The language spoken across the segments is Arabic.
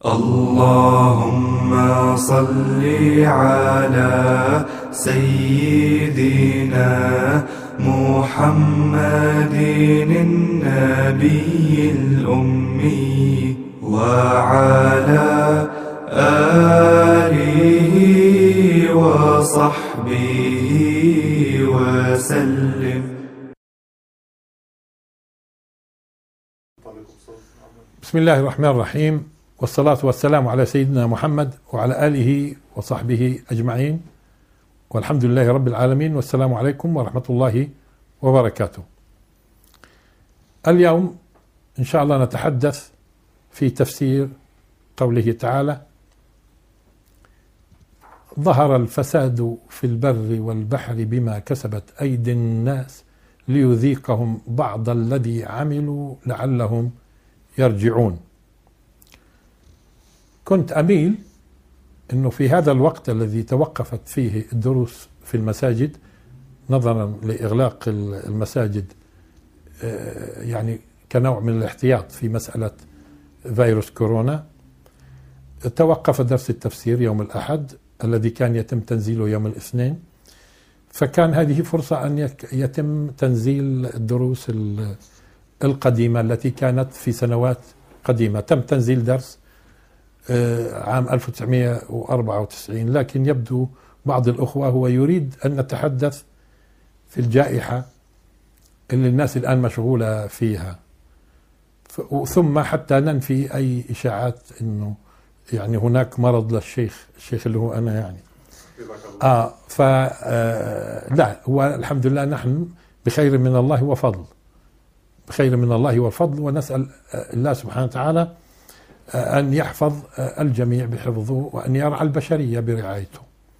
اللهم صل على سيدنا محمد النبي الأمي وعلى آله وصحبه وسلم. بسم الله الرحمن الرحيم، والصلاة والسلام على سيدنا محمد وعلى آله وصحبه أجمعين، والحمد لله رب العالمين، والسلام عليكم ورحمة الله وبركاته. اليوم إن شاء الله نتحدث في تفسير قوله تعالى: ظهر الفساد في البر والبحر بما كسبت أيدي الناس ليذيقهم بعض الذي عملوا لعلهم يرجعون. كنت أميل أنه في هذا الوقت الذي توقفت فيه الدروس في المساجد نظرا لإغلاق المساجد، يعني كنوع من الاحتياط في مسألة فيروس كورونا، توقف درس التفسير يوم الأحد الذي كان يتم تنزيله يوم الاثنين، فكان هذه فرصة أن يتم تنزيل الدروس القديمة التي كانت في سنوات قديمة. تم تنزيل درس عام 1994، لكن يبدو بعض الأخوة هو يريد أن نتحدث في الجائحة اللي الناس الآن مشغولة فيها، ثم حتى ننفي أي إشاعات أنه يعني هناك مرض للشيخ اللي هو أنا يعني لا، هو الحمد لله نحن بخير من الله وفضل، بخير من الله وفضل، ونسأل الله سبحانه وتعالى أن يحفظ الجميع بحفظه وأن يرعى البشرية برعايته.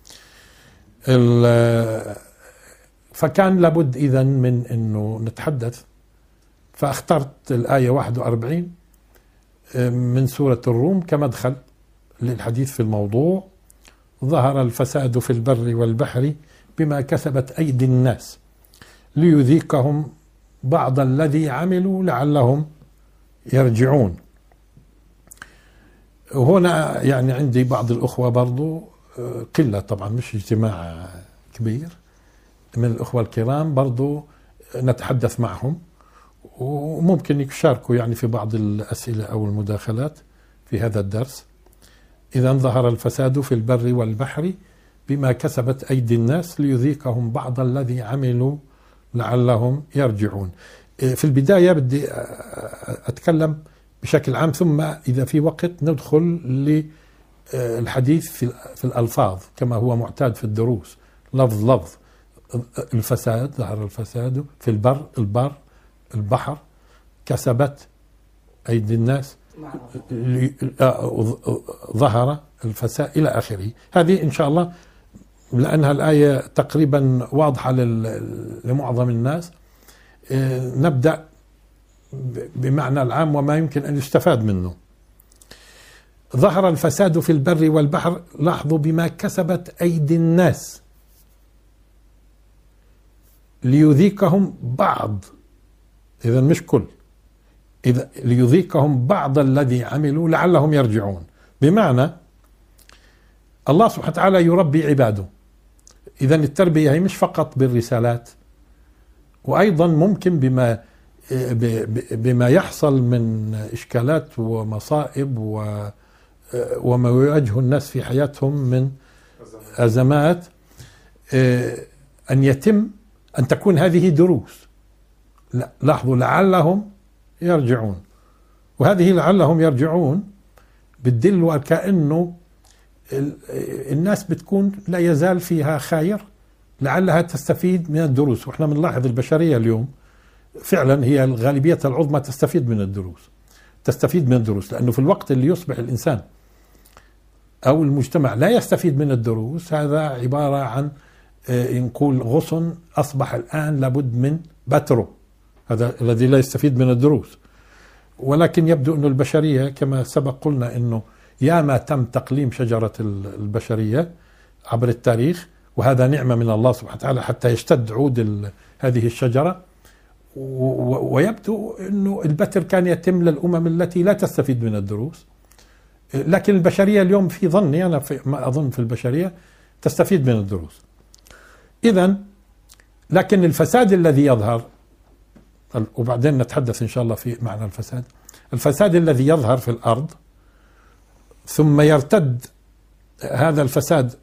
فكان لابد إذن من أنه نتحدث، فاخترت الآية 41 من سورة الروم كمدخل للحديث في الموضوع: ظهر الفساد في البر والبحر بما كسبت أيدي الناس ليذيقهم بعض الذي عملوا لعلهم يرجعون. هنا يعني عندي بعض الأخوة برضو، قلة طبعا مش اجتماع كبير، من الأخوة الكرام برضو نتحدث معهم وممكن يشاركوا يعني في بعض الأسئلة أو المداخلات في هذا الدرس. إذن ظهر الفساد في البر والبحر بما كسبت أيدي الناس ليذيقهم بعض الذي عملوا لعلهم يرجعون. في البداية بدي أتكلم بشكل عام، ثم إذا في وقت ندخل للحديث في الألفاظ كما هو معتاد في الدروس، لفظ لفظ. الفساد، ظهر الفساد في البر البحر، كسبت أيدي الناس، ظهر الفساد إلى آخره. هذه إن شاء الله لأنها الآية تقريبا واضحة لمعظم الناس، نبدأ بمعنى العام وما يمكن أن يستفاد منه. ظهر الفساد في البر والبحر، لاحظوا بما كسبت أيدي الناس ليذيقهم بعض، إذا مش كل، إذا ليذيقهم بعض الذي عملوا لعلهم يرجعون، بمعنى الله سبحانه وتعالى يربي عباده. إذا التربية هي مش فقط بالرسالات، وأيضا ممكن بما يحصل من إشكالات ومصائب وما يواجه الناس في حياتهم من أزمات، أن تكون هذه دروس. لاحظوا لعلهم يرجعون، وهذه لعلهم يرجعون بتدل وكأنه الناس بتكون لا يزال فيها خير لعلها تستفيد من الدروس. وإحنا بنلاحظ البشرية اليوم فعلا هي الغالبية العظمى تستفيد من الدروس، لأنه في الوقت اللي يصبح الإنسان أو المجتمع لا يستفيد من الدروس، هذا عبارة عن نقول غصن أصبح الآن لابد من بتره، هذا الذي لا يستفيد من الدروس. ولكن يبدو أن البشرية كما سبق قلنا أنه ياما تم تقليم شجرة البشرية عبر التاريخ، وهذا نعمة من الله سبحانه وتعالى حتى يشتد عود هذه الشجرة. ويبدو أنه البتر كان يتم للأمم التي لا تستفيد من الدروس، لكن البشرية اليوم في ظني أنا ما أظن في البشرية تستفيد من الدروس. إذن لكن الفساد الذي يظهر، وبعدين نتحدث إن شاء الله في معنى الفساد الذي يظهر في الأرض ثم يرتد هذا الفساد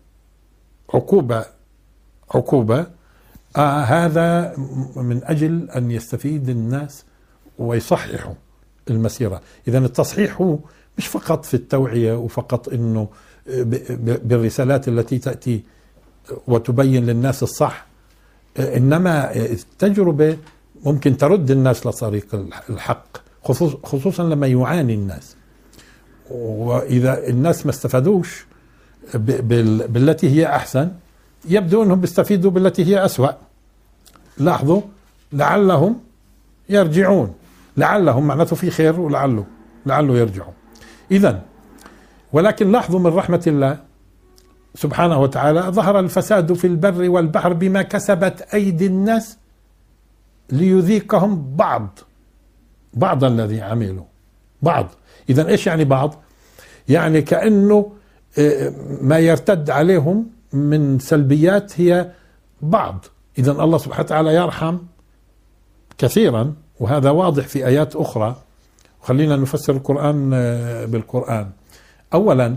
عقوبة هذا من أجل أن يستفيد الناس ويصححوا المسيرة. إذن التصحيح هو مش فقط في التوعية وفقط إنه بالرسالات التي تأتي وتبين للناس الصح، إنما التجربة ممكن ترد الناس لطريق الحق، خصوصا لما يعاني الناس. وإذا الناس ما استفادوش بالتي هي أحسن، يبدو أنهم بيستفيدوا بالتي هي أسوأ. لاحظوا، لعلهم يرجعون، لعلهم معناته في خير، ولعله يرجعوا. إذن ولكن لاحظوا من رحمة الله سبحانه وتعالى ظهر الفساد في البر والبحر بما كسبت أيدي الناس ليذيقهم بعض الذي عملوا. بعض، إذن إيش يعني بعض؟ يعني كأنه ما يرتد عليهم من سلبيات هي بعض. إذن الله سبحانه وتعالى يرحم كثيرا، وهذا واضح في آيات أخرى. خلينا نفسر القرآن بالقرآن. أولا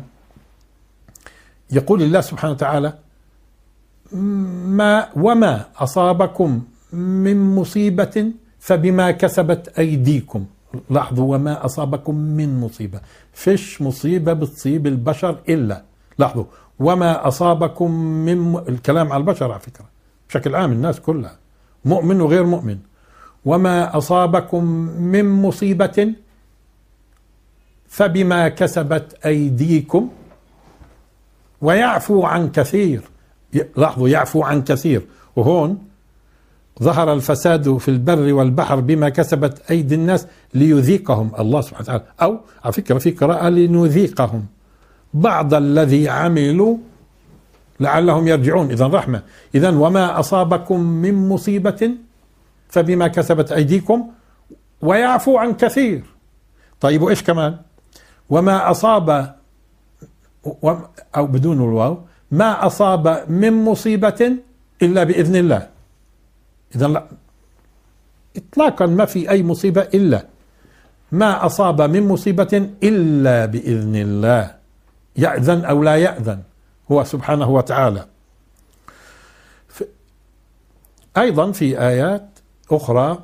يقول الله سبحانه وتعالى وما أصابكم من مصيبة فبما كسبت أيديكم. لاحظوا، وما أصابكم من مصيبة، فيش مصيبة بتصيب البشر إلا، لاحظوا، وما أصابكم من الكلام على البشر على فكرة بشكل عام، الناس كلها مؤمن وغير مؤمن. وما أصابكم من مصيبة فبما كسبت أيديكم ويعفو عن كثير. لاحظوا، يعفو عن كثير. وهون ظهر الفساد في البر والبحر بما كسبت أيدي الناس ليذيقهم الله سبحانه وتعالى، أو على فكرة في قراءة لنذيقهم بعض الذي عملوا لعلهم يرجعون. إذن رحمة. إذن وما أصابكم من مصيبة فبما كسبت أيديكم ويعفو عن كثير. طيب وإيش كمان؟ وما أصاب، أو بدون الواو، ما أصاب من مصيبة إلا بإذن الله. إذن لا إطلاقا ما في أي مصيبة إلا ما أصاب من مصيبة إلا بإذن الله، يأذن أو لا يأذن هو سبحانه وتعالى. أيضا في آيات أخرى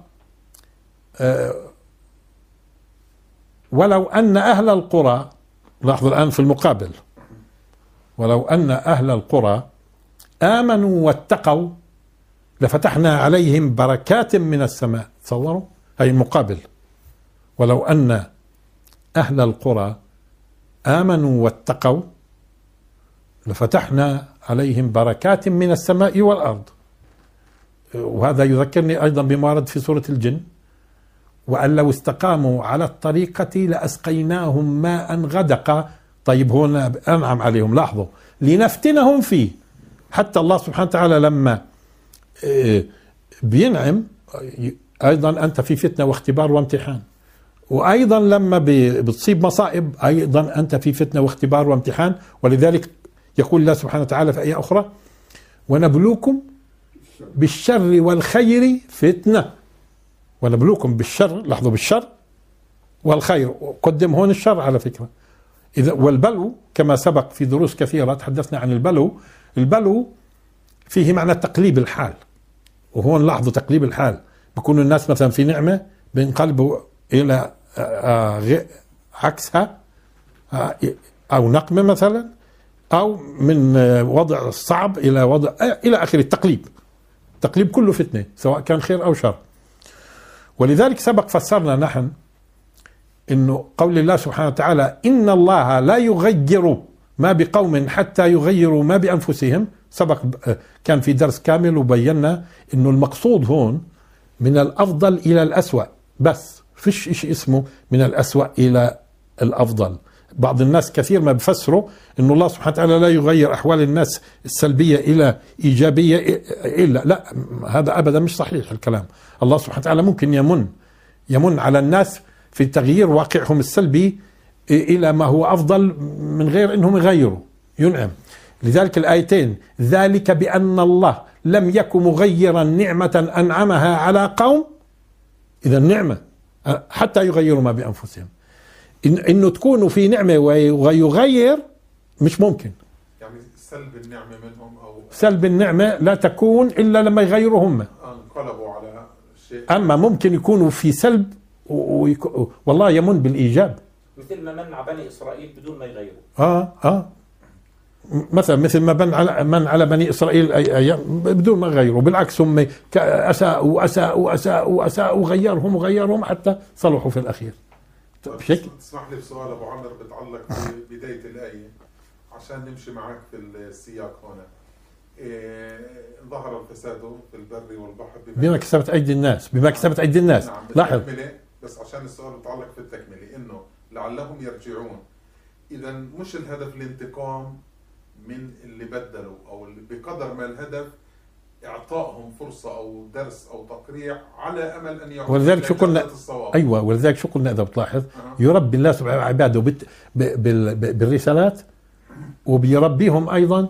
ولو أن أهل القرى، لاحظوا الآن في المقابل، ولو أن أهل القرى آمنوا واتقوا لفتحنا عليهم بركات من السماء. تصوروا، هي المقابل، ولو أن أهل القرى آمنوا واتقوا لفتحنا عليهم بركات من السماء والأرض. وهذا يذكرني أيضا بما ورد في سورة الجن، وأن لو استقاموا على الطريقة لأسقيناهم ماء غدقا. طيب هنا أنعم عليهم، لاحظوا، لنفتنهم فيه. حتى الله سبحانه وتعالى لما بينعم أيضا أنت في فتنة واختبار وامتحان، وأيضا لما بتصيب مصائب أيضا أنت في فتنة واختبار وامتحان. ولذلك يقول الله سبحانه وتعالى في آية أخرى ونبلوكم بالشر والخير فتنة. ونبلوكم بالشر، لاحظوا، بالشر والخير، قدم هون الشر على فكرة. إذا والبلو كما سبق في دروس كثيرة تحدثنا عن البلو فيه معنى تقليب الحال. وهون لاحظوا تقليب الحال، بيكونوا الناس مثلا في نعمة بينقلبوا إلى عكسها، أو نقمة مثلا، أو من وضع صعب إلى وضع إلى آخر. التقليب كله فتنة سواء كان خير أو شر. ولذلك سبق فسرنا نحن إنه قول الله سبحانه وتعالى إن الله لا يغير ما بقوم حتى يغيروا ما بأنفسهم. سبق كان في درس كامل وبينا إنه المقصود هون من الأفضل إلى الأسوأ، بس فيش إشي اسمه من الأسوأ إلى الأفضل. بعض الناس كثير ما بفسروا إنه الله سبحانه وتعالى لا يغير أحوال الناس السلبية إلى إيجابية إلا، لا، هذا أبدا مش صحيح الكلام. الله سبحانه وتعالى ممكن يمن على الناس في تغيير واقعهم السلبي إلى ما هو أفضل من غير أنهم يغيروا، ينعم. لذلك الآيتين ذلك بأن الله لم يكن مغيرا نعمة أنعمها على قوم، إذا النعمة حتى يغيروا ما بأنفسهم. إنه تكونوا في نعمة ويغير مش ممكن. يعني سلب النعمة منهم أو سلب النعمة لا تكون إلا لما يغيروا هم، انقلبوا على شيء. أما ممكن يكونوا في سلب والله يمن بالإيجاب، مثل ما منع بني إسرائيل بدون ما يغيروا. مثلا مثل ما من على بني إسرائيل أيام بدون ما يغيروا، بالعكس هم أساءوا وغيرهم حتى صلحوا في الأخير. بشكل تسمح لي بسؤال أبو عمر بتعلق ببداية الآية عشان نمشي معك في السياق هنا. ظهر الفساد في البر والبحر بما كسبت أيدي الناس، بما كسبت أيدي الناس. نعم. لاحظ بس عشان السؤال متعلق في التكملة إنه لعلهم يرجعون. إذا مش الهدف الانتقام من اللي بدلوا أو اللي بقدر ما الهدف إعطائهم فرصة أو درس أو تقريع على أمل أن يعودوا. ولذلك شو قلنا، أيوة ولذلك شو قلنا إذا بتلاحظ يربي الله سبحانه عباده بالرسالات، وبيربيهم أيضا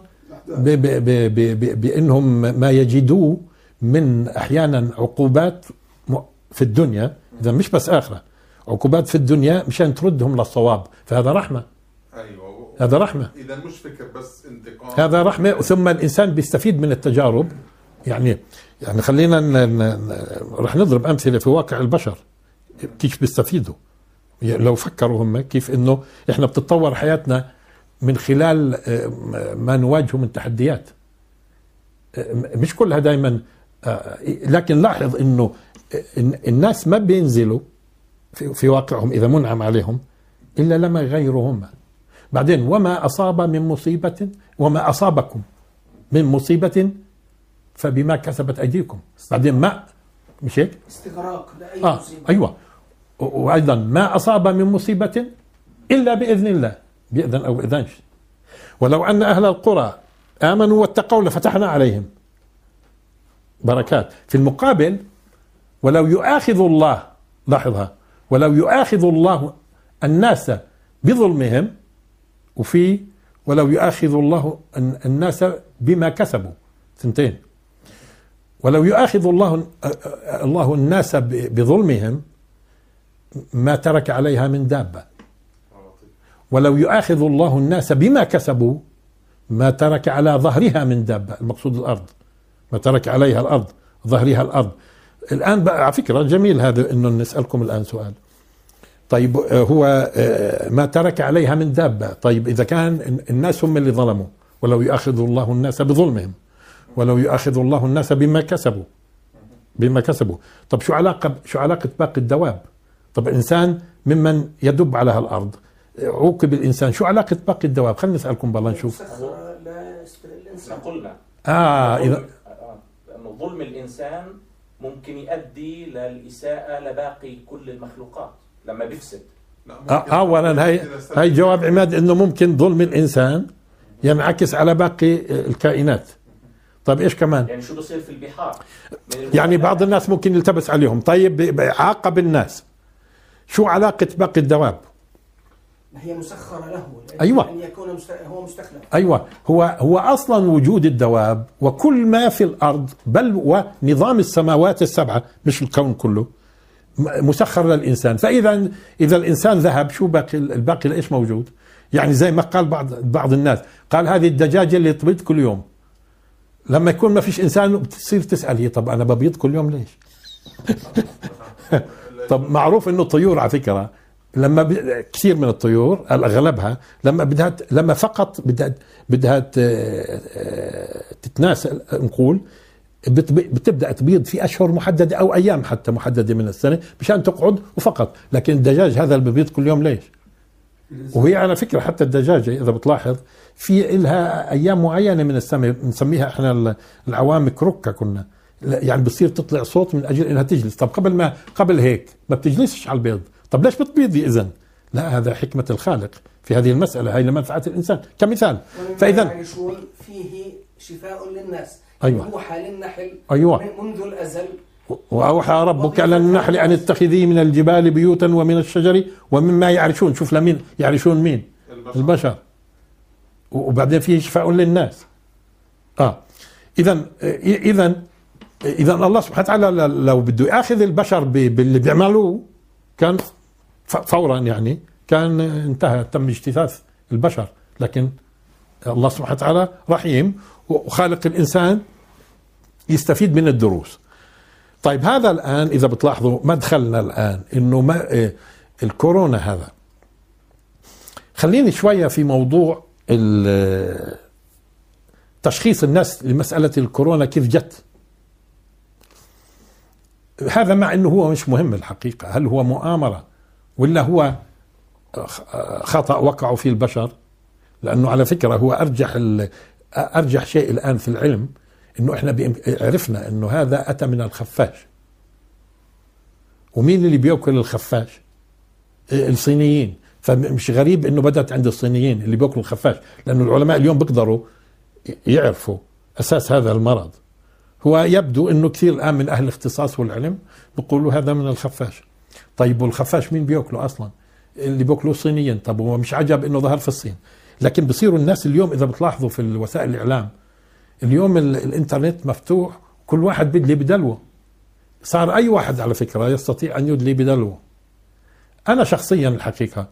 بأنهم ما يجدوه من أحيانا عقوبات في الدنيا، إذا مش بس آخرة، عقوبات في الدنيا مشان تردهم للصواب، فهذا رحمة. أيوة هذا رحمة. إذا مش فكر بس انتقام، هذا رحمة. ثم الإنسان بيستفيد من التجارب. يعني خلينا رح نضرب أمثلة في واقع البشر كيف بيستفيدوا. لو فكروا هم كيف إنه إحنا بتتطور حياتنا من خلال ما نواجهه من تحديات، مش كلها دائما، لكن لاحظ إنه الناس ما بينزلوا في واقعهم إذا منعم عليهم إلا لما يغيروا هم. بعدين وما أصاب من مصيبة، وما أصابكم من مصيبة فبما كسبت أيديكم. بعدين ما مش هيك استغراق لأي مصيبة. أيوة. وأيضا ما أصاب من مصيبة إلا بإذن الله، بإذن أو بإذنش. ولو أن أهل القرى آمنوا واتقوا لفتحنا عليهم بركات. في المقابل ولو يؤاخذ الله، لاحظها، ولو يؤاخذ الله الناس بظلمهم، وفي ولو يؤاخذ الله الناس بما كسبوا، ثنتين. ولو يؤاخذ الله الناس بظلمهم ما ترك عليها من دابة، ولو يؤاخذ الله الناس بما كسبوا ما ترك على ظهرها من دابة، المقصود الأرض، ما ترك عليها الأرض، ظهرها الأرض. الآن بقى على فكرة جميل هذا إنه نسألكم الآن سؤال. طيب هو ما ترك عليها من دابة، طيب إذا كان الناس هم اللي ظلموا، ولو يؤاخذ الله الناس بظلمهم، ولو يؤاخذ الله الناس بما كسبوا، طب شو علاقة باقي الدواب؟ طب الإنسان ممن يدب على هالأرض، عوقب الإنسان، شو علاقة باقي الدواب؟ خلينا نسألكم بالله نشوف. قلنا إذا أنه ظلم الإنسان ممكن يؤدي للإساءة لباقي كل المخلوقات لما بيفسد. أولا هاي جواب عماد، إنه ممكن ظلم الإنسان ينعكس على باقي الكائنات. طيب إيش كمان؟ يعني شو بصير في البحار؟ يعني بعض الناس ممكن يلتبس عليهم. طيب عاقب الناس، شو علاقة باقي الدواب؟ هي مسخرة له. أيوة. أن يكون هو مستخلف. أيوة. هو أصلا وجود الدواب وكل ما في الأرض، بل ونظام السماوات السبعة، مش الكون كله، مسخر للإنسان. فإذا الإنسان ذهب، شو الباقي لإيش موجود؟ يعني زي ما قال بعض الناس، قال هذه الدجاجة اللي تبيض كل يوم. لما يكون ما فيش إنسان بتصير تسأل هي طب أنا ببيض كل يوم ليش؟ طب معروف إنه الطيور على فكرة لما كثير من الطيور أغلبها لما فقط بدها تتناسل، نقول بتبدأ تبيض في أشهر محددة أو أيام حتى محددة من السنة مشان تقعد وفقط. لكن الدجاج هذا اللي ببيض كل يوم ليش؟ وهي على فكرة حتى الدجاجة إذا بتلاحظ في إلها أيام معينة من السنة نسميها إحنا العوام كروكا، كنا يعني بتصير تطلع صوت من أجل إنها تجلس. طب قبل هيك ما بتجلسش على البيض، طب ليش بتبيضي إذن؟ لا، هذا حكمة الخالق في هذه المسألة، هاي لمنفعة الإنسان كمثال. فإذا يعيشون فيه شفاء للناس. أيوة. يوحى للنحل. أيوة. منذ الأزل وأوحى ربك إلى النحل أن اتخذي من الجبال بيوتا ومن الشجر ومما يعرشون. شوف لمين يعرشون؟ مين؟ البشر. وبعدين فيه شفاء للناس. إذا الله سبحانه وتعالى لو بده ياخذ البشر باللي بيعملوه كان فورا يعني كان انتهى، تم اجتثاث البشر. لكن الله سبحانه وتعالى رحيم وخالق الإنسان يستفيد من الدروس. طيب هذا الآن إذا بتلاحظوا مدخلنا الآن إنه ما الكورونا هذا. خليني شوية في موضوع تشخيص الناس لمسألة الكورونا كيف جت. هذا مع أنه هو مش مهم الحقيقة، هل هو مؤامرة ولا هو خطأ وقعوا فيه البشر؟ لأنه على فكرة هو أرجح شيء الآن في العلم إنه إحنا عرفنا إنه هذا أتى من الخفاش. ومين اللي بيأكل الخفاش؟ الصينيين. فمش غريب إنه بدأت عند الصينيين اللي بيأكلوا الخفاش، لأنه العلماء اليوم بيقدروا يعرفوا أساس هذا المرض. هو يبدو إنه كثير الآن من أهل الاختصاص والعلم بيقولوا هذا من الخفاش. طيب والخفاش مين بيأكله أصلا؟ اللي بيأكلوا الصينيين. طب هو مش عجب إنه ظهر في الصين. لكن بصيروا الناس اليوم إذا بتلاحظوا في وسائل الإعلام اليوم الإنترنت مفتوح، كل واحد بدلي بدلوه. صار أي واحد على فكرة يستطيع أن يدلي بدلوه. أنا شخصيا الحقيقة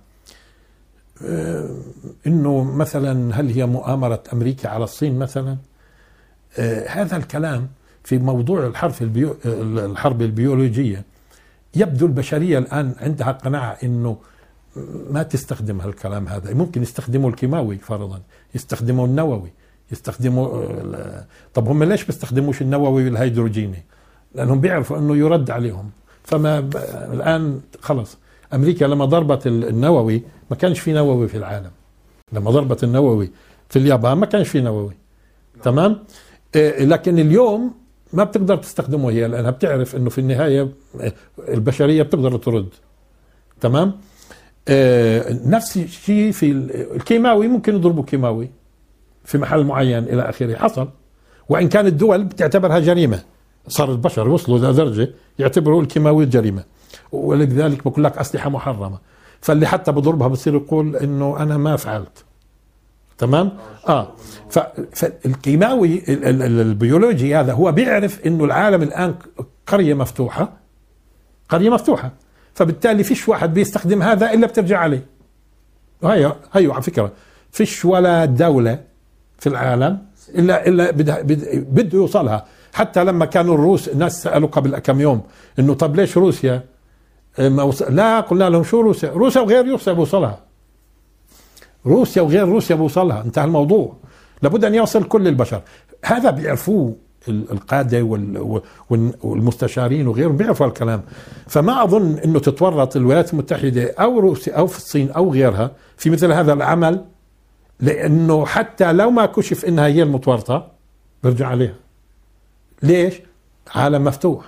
إنه مثلا هل هي مؤامرة أمريكا على الصين مثلا؟ هذا الكلام في موضوع الحرب البيولوجية يبدو البشرية الآن عندها قناعة إنه ما تستخدم هالكلام هذا. ممكن يستخدموا الكيماوي فرضا، يستخدموا النووي، يستخدموا. طب هم ليش بيستخدموش النووي والهيدروجيني؟ لأنهم بيعرفوا إنه يرد عليهم. فما الآن خلص أمريكا لما ضربت النووي ما كانش في نووي في العالم. لما ضربت النووي في اليابان ما كانش في نووي. تمام. لكن اليوم ما بتقدر تستخدمه هي، لأنها بتعرف إنه في النهاية البشرية بتقدر ترد. تمام. نفس الشيء في الكيماوي، ممكن يضربوا كيماوي في محل معين إلى آخره. حصل. وإن كانت الدول بتعتبرها جريمة، صار البشر وصلوا لدرجة يعتبروا الكيماوي جريمة، ولذلك بقول لك أسلحة محرمة. فاللي حتى بضربها بصير يقول إنه أنا ما فعلت. تمام. فالكيماوي البيولوجي هذا هو بيعرف إنه العالم الآن قرية مفتوحة، فبالتالي فيش واحد بيستخدم هذا إلا بترجع عليه. وهي على فكرة فيش ولا دولة في العالم إلا بده يوصلها. حتى لما كانوا الروس الناس سألوا قبل كم يوم إنه طب ليش روسيا ما لا، قلنا لهم شو روسيا وغير روسيا بوصلها. روسيا وغير روسيا بوصلها، انتهى الموضوع. لابد أن يوصل كل البشر. هذا بيعرفوه القادة والمستشارين وغيرهم، بيعرفوا الكلام. فما أظن أنه تتورط الولايات المتحدة أو روسيا أو في الصين أو غيرها في مثل هذا العمل، لأنه حتى لو ما كشف أنها هي المتورطة برجع عليها. ليش؟ عالم مفتوح.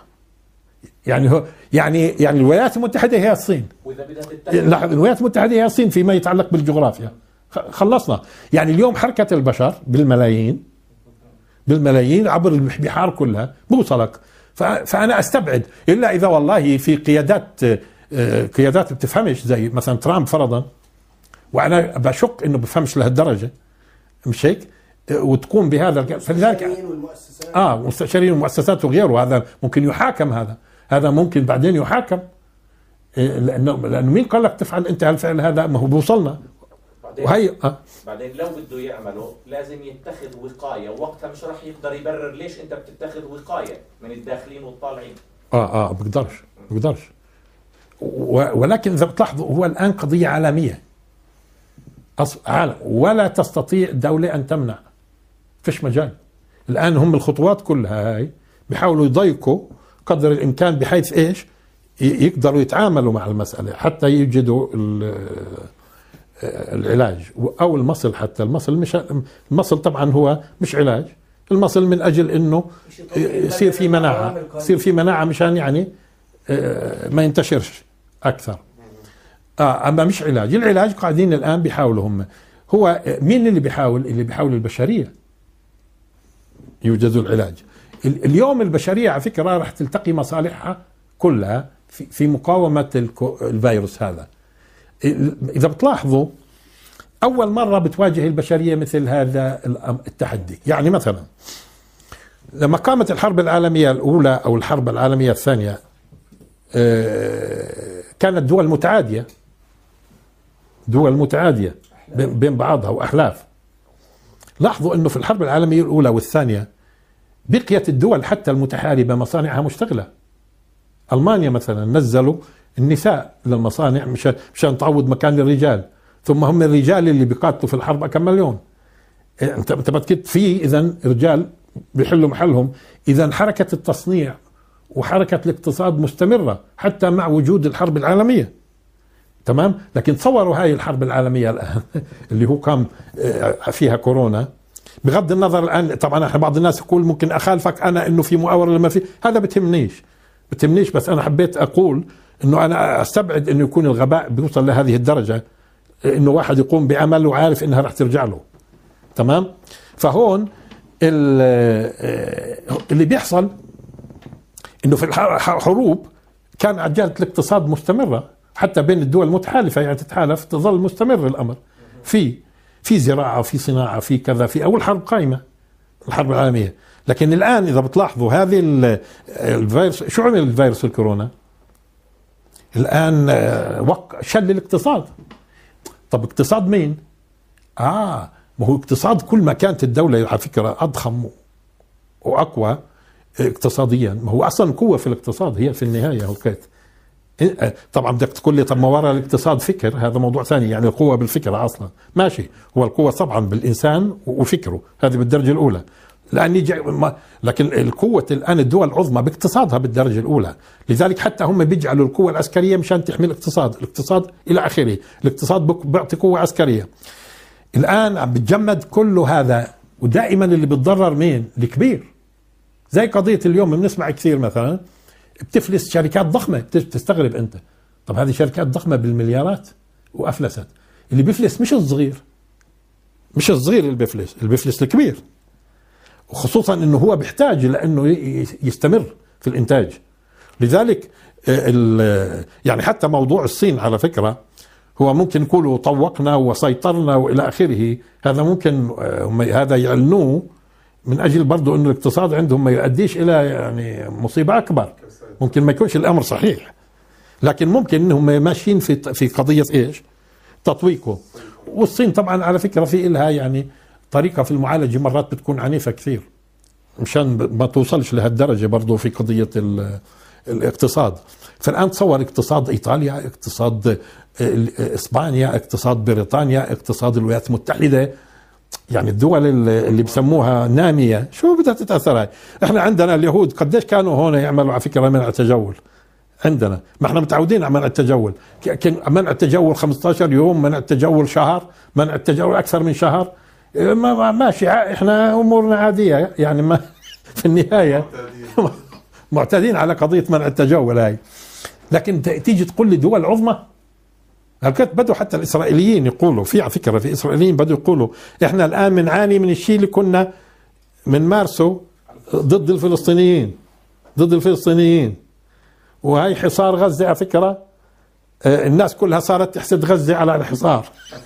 يعني الولايات المتحدة هي الصين. الولايات المتحدة هي الصين فيما يتعلق بالجغرافيا. خلصنا. يعني اليوم حركة البشر بالملايين عبر البحار كلها بوصلك. فأنا أستبعد إلا إذا والله في قيادات بتفهمش زي مثلا ترامب فرضا، وأنا بشك إنه بفهمش لهالدرجة، مش هيك؟ وتقوم بهذا. فلذلك مستشارين والمؤسسات وغيره، هذا ممكن يحاكم. هذا ممكن بعدين يحاكم، لأنه مين قال لك تفعل أنت هالفعل هذا؟ ما هو بوصلنا. بعدين لو بده يعمله لازم يتخذ وقاية، ووقتها مش راح يقدر يبرر ليش أنت بتتخذ وقاية من الداخلين والطالعين. بقدرش. ولكن إذا بتلاحظوا هو الآن قضية عالمية، ولا تستطيع دولة أن تمنع. فيش مجال. الآن هم الخطوات كلها هاي بيحاولوا يضيقوا قدر الإمكان بحيث إيش يقدروا يتعاملوا مع المسألة حتى يوجدوا العلاج أو المصل. حتى المصل طبعا هو مش علاج. المصل من أجل إنه يصير في مناعة مشان يعني ما ينتشرش أكثر. أما مش علاج. العلاج قاعدين الآن بيحاولوا هم. هو مين اللي بيحاول؟ البشرية يوجدوا العلاج. اليوم البشرية على فكرة راح تلتقي مصالحها كلها في مقاومة الفيروس هذا. إذا بتلاحظوا أول مرة بتواجه البشرية مثل هذا التحدي. يعني مثلا لما قامت الحرب العالمية الأولى أو الحرب العالمية الثانية كانت دول متعادية بين بعضها وأحلاف. لاحظوا أنه في الحرب العالمية الأولى والثانية بقيت الدول حتى المتحاربة مصانعها مشتغلة. ألمانيا مثلا نزلوا النساء للمصانع مشان تعوض مكان الرجال، ثم هم الرجال اللي بيقاتلوا في الحرب كم مليون. انت بتكت في اذا رجال بيحلوا محلهم. اذا حركة التصنيع وحركة الاقتصاد مستمرة حتى مع وجود الحرب العالمية. تمام. لكن تصوروا هاي الحرب العالمية الآن اللي هو كان فيها كورونا، بغض النظر الآن طبعا احنا بعض الناس يقول ممكن أخالفك أنا إنه في مؤامرة لما في هذا بتهمنيش، بس أنا حبيت أقول إنه أنا أستبعد إنه يكون الغباء بيوصل لهذه الدرجة إنه واحد يقوم بعمل وعارف إنها راح ترجع له. تمام. فهون اللي بيحصل إنه في الحروب كان عجالة الاقتصاد مستمرة حتى بين الدول المتحالفة، يعني تتحالف تظل مستمر الأمر في زراعة في صناعة في كذا في أول حرب قائمة الحرب العالمية. لكن الآن إذا بتلاحظوا هذه الفيروس، شو عمل الفيروس الكورونا؟ الآن شل الاقتصاد. طب اقتصاد مين؟ ما هو اقتصاد كل ما كانت الدولة على فكرة أضخم وأقوى اقتصاديا، ما هو أصلا قوة في الاقتصاد هي في النهاية هو كيت. طبعا بدك تقول لي طب ما وراء الاقتصاد فكر، هذا موضوع ثاني. يعني القوة بالفكرة أصلا ماشي، هو القوة طبعا بالإنسان وفكره، هذه بالدرجة الأولى. لكن القوة الآن الدول العظمى باقتصادها بالدرجة الأولى، لذلك حتى هم بيجعلوا القوة العسكرية مشان تحمي الاقتصاد إلى آخره. الاقتصاد بيعطي قوة عسكرية. الآن عم بتجمد كله هذا، ودائما اللي بتضرر مين؟ الكبير. زي قضية اليوم بنسمع كثير مثلا بتفلس شركات ضخمة، تستغرب أنت طب هذه شركات ضخمة بالمليارات وأفلست. اللي بيفلس مش الصغير اللي بيفلس الكبير، وخصوصا انه هو بيحتاج لانه يستمر في الانتاج. لذلك يعني حتى موضوع الصين على فكرة هو ممكن يقولوا طوقنا وسيطرنا والى اخره، هذا ممكن هذا يعلنوه من اجل برضو انه الاقتصاد عندهم ما يؤديش الى يعني مصيبة اكبر. ممكن ما يكونش الامر صحيح، لكن ممكن انهم ماشيين في قضية ايش؟ تطويقه. والصين طبعا على فكرة في إلها يعني طريقة في المعالجة مرات بتكون عنيفة كثير مشان ما توصلش لهالدرجة برضو في قضية الاقتصاد. فالآن تصور اقتصاد إيطاليا، اقتصاد إسبانيا، اقتصاد بريطانيا، اقتصاد الولايات المتحدة، يعني الدول اللي بسموها نامية شو بدها تتأثر هاي. احنا عندنا اليهود قديش كانوا هون يعملوا على فكرة منع التجول عندنا، ما احنا متعودين على منع التجول. منع التجول 15 يوم، منع التجول شهر، منع التجول أكثر من شهر، ماشي احنا امورنا عاديه يعني ما في النهايه معتادين على قضيه منع التجول هاي. لكن تيجي تقول لي دول عظمى، هلكت بدوا حتى الاسرائيليين يقولوا على فكره في اسرائيليين بدوا يقولوا احنا الان بنعاني من الشيء اللي كنا من مارسه ضد الفلسطينيين وهي حصار غزه. على فكره الناس كلها صارت تحسد غزة على الحصار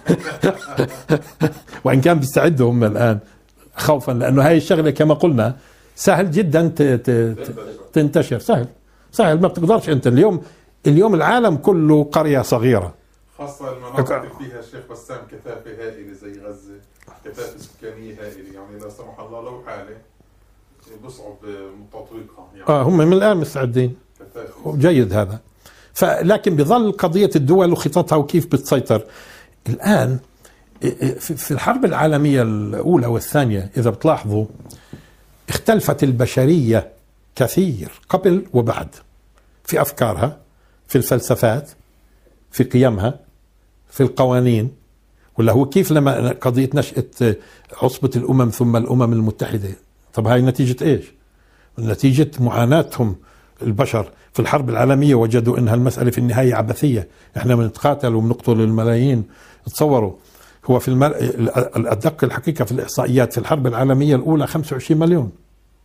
وإن كان بيستعدوا هم الآن خوفا، لأنه هاي الشغلة كما قلنا سهل جدا تنتشر، سهل ما بتقدرش أنت. اليوم العالم كله قرية صغيرة، خاصة المناطق اللي فيها الشيخ بسام كثافة هائلة زي غزة، كثافة سكانية هائلة، يعني لا سمح الله لو حالة بصعب تطويقها يعني. هم من الآن مستعدين جيد هذا. لكن بظل قضية الدول وخططها وكيف بتسيطر. الآن في الحرب العالمية الأولى والثانية إذا بتلاحظوا اختلفت البشرية كثير قبل وبعد، في أفكارها، في الفلسفات، في قيمها، في القوانين. ولا هو كيف لما قضية نشأة عصبة الأمم ثم الأمم المتحدة، طب هاي نتيجة إيش؟ نتيجة معاناتهم البشر في الحرب العالمية. وجدوا انها المسألة في النهاية عبثية، احنا بنتقاتل وبنقتل الملايين. تصوروا هو في الأدق الحقيقة في الإحصائيات في الحرب العالمية الأولى 25 مليون،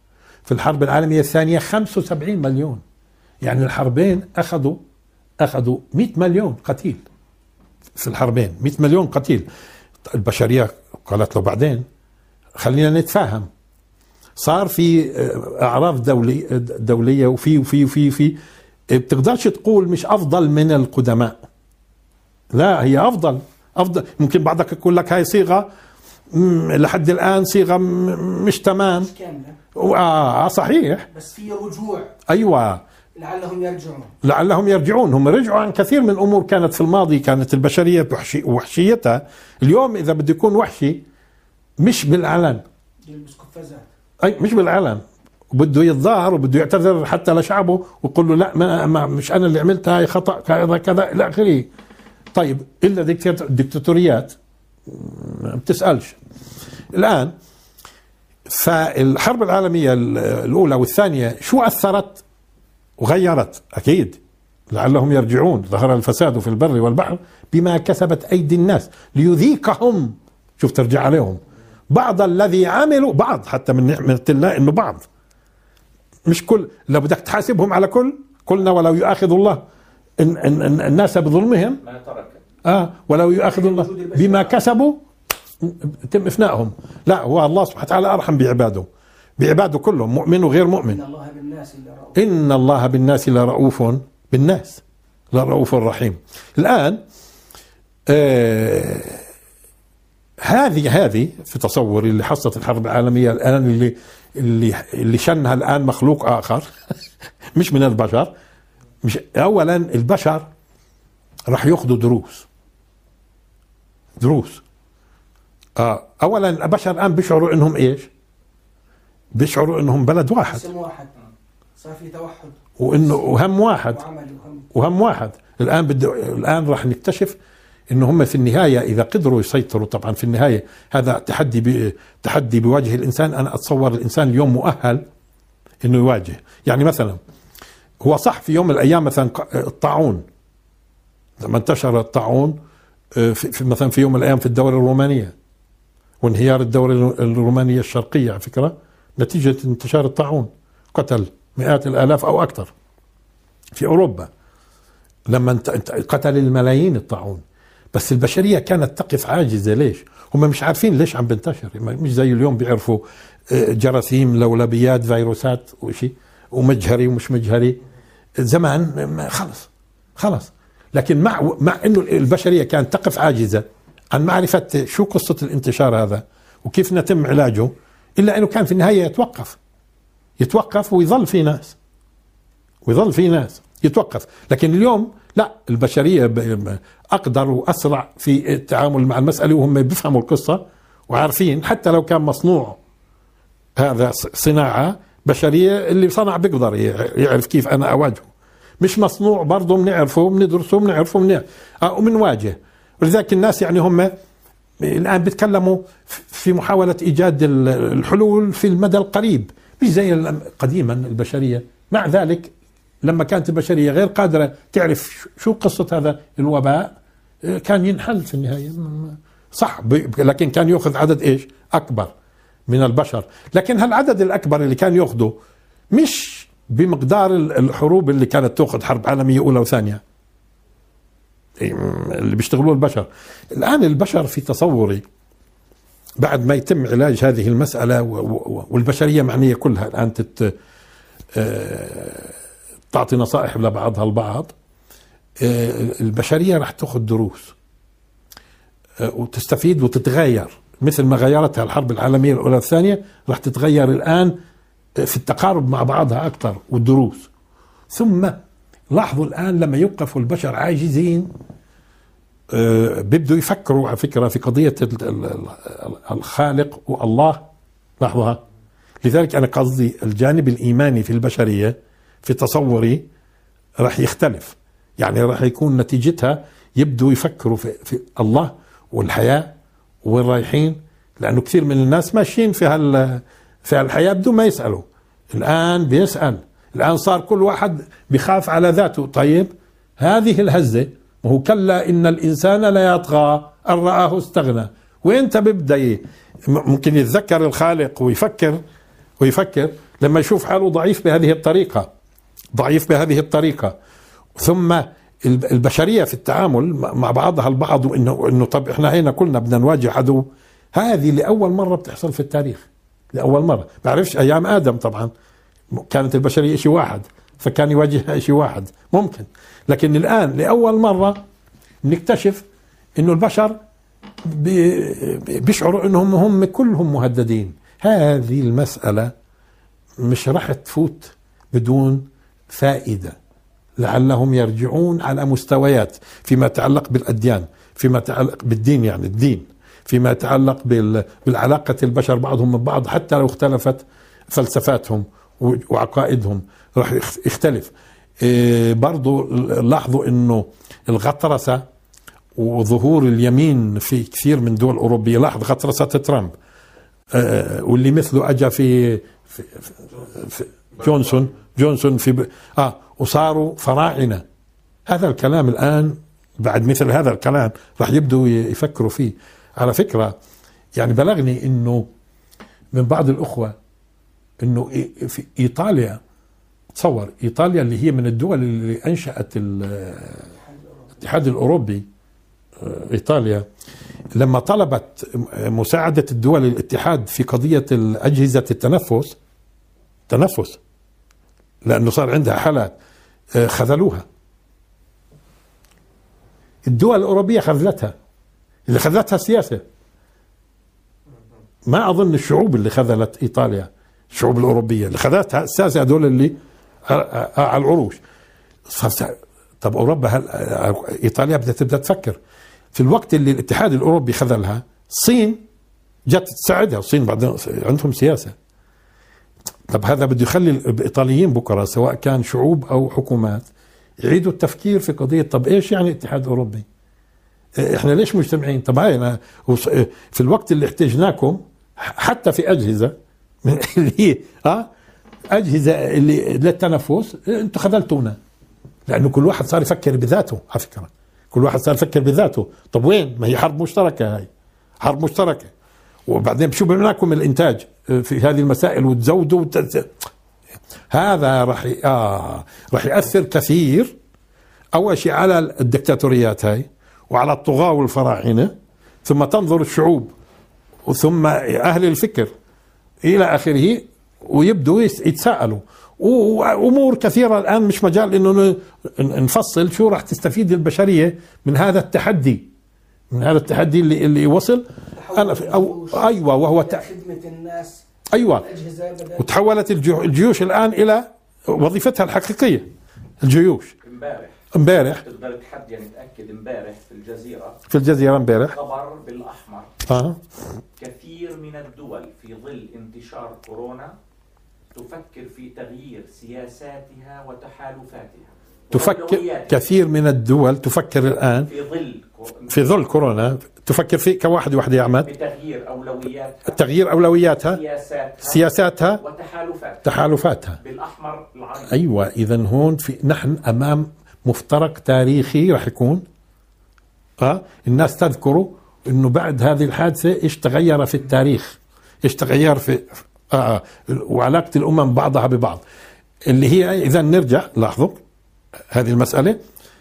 في الحرب العالمية الثانية 75 مليون. يعني الحربين أخذوا 100 مليون قتيل في الحربين، 100 مليون قتيل. البشرية قالت له بعدين خلينا نتفاهم، صار في أعراف دولية وفي بتقدرش تقول مش أفضل من القدماء، لا هي أفضل. ممكن بعضك يقول لك هاي صيغة لحد الآن صيغة مش تمام، مش كاملة. صحيح، بس في رجوع. أيوة، لعلهم يرجعون. هم رجعوا عن كثير من أمور كانت في الماضي، كانت البشرية وحشيتها. اليوم إذا بده يكون وحشي مش بالعلن، يلبس قفازات، أي مش بالعلن، وبده يتظاهر وبده يعتذر حتى لشعبه ويقول له لا ما مش أنا اللي عملتها، هاي خطأ كذا كذا إلى آخره. طيب إلا ديكتاتوريات ما بتسألش. الآن فالحرب العالمية الأولى والثانية شو أثرت وغيرت؟ أكيد لعلهم يرجعون. ظهر الفساد في البر والبحر بما كسبت أيدي الناس ليذيقهم، شوف ترجع عليهم بعض الذي عملوا، بعض حتى من نعمة الله إنه بعض، مش كل. لو بدك تحاسبهم على قلنا ولو يؤاخذ الله إن الناس بظلمهم ما ترك، ولو يؤاخذ الله بما كسبوا يتم إفنائهم. لا، هو الله سبحانه وتعالى أرحم بعباده كلهم، مؤمن وغير مؤمن. إن الله بالناس لرؤوف بالناس لرؤوف رحيم. الآن هذه في تصوري اللي حصلت الحرب العالمية الآن، اللي شنها الآن مخلوق آخر مش من البشر. مش أولا البشر راح يأخذوا دروس. أولا البشر الآن بيشعروا إنهم إيش؟ بيشعروا إنهم بلد واحد، صار في توحد، وإنه وهم واحد. الآن راح نكتشف إنه هم في النهاية إذا قدروا يسيطروا. طبعا في النهاية هذا تحدي بوجه الإنسان. أنا أتصور الإنسان اليوم مؤهل إنه يواجه. يعني مثلا هو صح في يوم من الأيام مثلا الطاعون، لما انتشر الطاعون مثلا في يوم من الأيام في الدولة الرومانية، وانهيار الدولة الرومانية الشرقية على فكرة نتيجة انتشار الطاعون، قتل مئات الآلاف أو أكثر في أوروبا. لما قتل الملايين الطاعون، بس البشرية كانت تقف عاجزة. ليش؟ هم مش عارفين ليش عم بنتشر، مش زي اليوم بيعرفوا جراثيم، لولبيات، فيروسات وشي، ومجهري ومش مجهري. زمان خلص. لكن مع انه البشرية كانت تقف عاجزة عن معرفة شو قصة الانتشار هذا وكيف نتم علاجه، إلا أنه كان في النهاية يتوقف ويظل في ناس يتوقف. لكن اليوم لا، البشرية أقدر وأسرع في التعامل مع المسألة، وهم بيفهموا القصة وعارفين حتى لو كان مصنوع هذا صناعة بشرية، اللي صنع بيقدر يعرف كيف أنا أواجهه. مش مصنوع برضه بنعرفه بندرسه بنعرفه ومنواجه. ولذلك الناس يعني هم الآن بيتكلموا في محاولة إيجاد الحلول في المدى القريب، مش زي قديما البشرية. مع ذلك لما كانت البشرية غير قادرة تعرف شو قصة هذا الوباء، كان ينحل في النهاية صح، لكن كان يأخذ عدد إيش أكبر من البشر. لكن هالعدد الأكبر اللي كان يأخذه مش بمقدار الحروب اللي كانت تأخذ حرب عالمية أولى وثانية اللي بيشتغلوا البشر. الآن البشر في تصوري بعد ما يتم علاج هذه المسألة والبشرية معنية كلها الآن تعطي نصائح لبعضها البعض، البشرية راح تأخذ دروس وتستفيد وتتغير مثل ما غيرتها الحرب العالمية الأولى والثانية. راح تتغير الآن في التقارب مع بعضها أكثر والدروس. ثم لاحظوا الآن لما يوقفوا البشر عاجزين بيبدوا يفكروا على فكرة في قضية الخالق والله. لاحظوها. لذلك أنا قصدي الجانب الإيماني في البشرية في تصوري راح يختلف. يعني راح يكون نتيجتها يبدوا يفكروا في الله والحياة وين رايحين، لأنه كثير من الناس ماشيين في الحياة بدون ما يسألوا. الآن بيسأل. الآن صار كل واحد بيخاف على ذاته. طيب هذه الهزة، وهو كلا إن الإنسان لا يطغى أن رآه استغنى. وإنت ببدأ ممكن يتذكر الخالق ويفكر لما يشوف حاله ضعيف بهذه الطريقة ثم البشرية في التعامل مع بعضها البعض، وإنه طب إحنا هنا كلنا بدنا نواجه عدو، هذه لأول مرة بتحصل في التاريخ، لأول مرة. بعرفش أيام آدم طبعا كانت البشرية إشي واحد، فكان يواجهها إشي واحد ممكن، لكن الآن لأول مرة نكتشف إنه البشر بيشعروا إنهم هم كلهم مهددين. هذه المسألة مش راح تفوت بدون فائدة، لعلهم يرجعون على مستويات فيما يتعلق بالأديان، فيما يتعلق بالدين يعني الدين، فيما يتعلق بالعلاقة البشر بعضهم من بعض، حتى لو اختلفت فلسفاتهم وعقائدهم راح يختلف. برضو لاحظوا انه الغطرسة وظهور اليمين في كثير من دول أوروبية، لاحظ غطرسة ترامب واللي مثله أجا في جونسون في وصاروا فراعنة. هذا الكلام الآن بعد مثل هذا الكلام راح يبدوا يفكروا فيه. على فكرة يعني بلغني إنه من بعض الأخوة إنه في إيطاليا، تصور إيطاليا اللي هي من الدول اللي أنشأت الاتحاد الأوروبي، إيطاليا لما طلبت مساعدة الدول الاتحاد في قضية أجهزة التنفس لأنه صار عندها حالات، خذلوها. الدول الأوروبية خذلتها، اللي خذلتها السياسة. ما أظن الشعوب اللي خذلت إيطاليا، الشعوب الأوروبية اللي خذلتها السياسة، هذول اللي على العروش. طب أوروبا إيطاليا بدها تبدأ تفكر. في الوقت اللي الاتحاد الأوروبي خذلها، الصين جت تساعدها، الصين بعدين عندهم سياسة. طب هذا بده يخلي الإيطاليين بكرة سواء كان شعوب أو حكومات يعيدوا التفكير في قضية طب إيش يعني اتحاد أوروبي؟ إحنا ليش مجتمعين؟ طب هاي أنا في الوقت اللي احتاجناكم حتى في أجهزة اللي هي أجهزة اللي للتنفس أنتم خذلتونا، لأنه كل واحد صار يفكر بذاته. على فكرة كل واحد صار يفكر بذاته. طب وين؟ ما هي حرب مشتركة، هاي حرب مشتركة. وبعدين شو بمنعكم الإنتاج في هذه المسائل وتزودوا هذا راح يأثر كثير أول شيء على الدكتاتوريات هاي وعلى الطغاة والفراعنة، ثم تنظر الشعوب وثم أهل الفكر إلى آخره، ويبدوا يتساءلوا. وأمور كثيرة الآن مش مجال إنه نفصل شو راح تستفيد البشرية من هذا التحدي، اللي وصل. أيوة، وهو خدمة الناس. أيوة، وتحولت الجيوش الآن إلى وظيفتها الحقيقية. الجيوش امبارح تقدر تحد يعني تأكد امبارح في الجزيرة امبارح خبر بالأحمر. كثير من الدول في ظل انتشار كورونا تفكر في تغيير سياساتها وتحالفاتها. كثير من الدول تفكر الآن في ظل كورونا تفكر في كواحد وحدة يعمل بتغيير أولوياتها سياساتها وتحالفاتها بالأحمر العريض. أيوة، إذن هون نحن أمام مفترق تاريخي راح يكون. الناس تذكروا إنه بعد هذه الحادثة إيش تغير في التاريخ، إيش تغير في وعلاقة الأمم بعضها ببعض، اللي هي إذا نرجع لاحظوا هذه المسألة.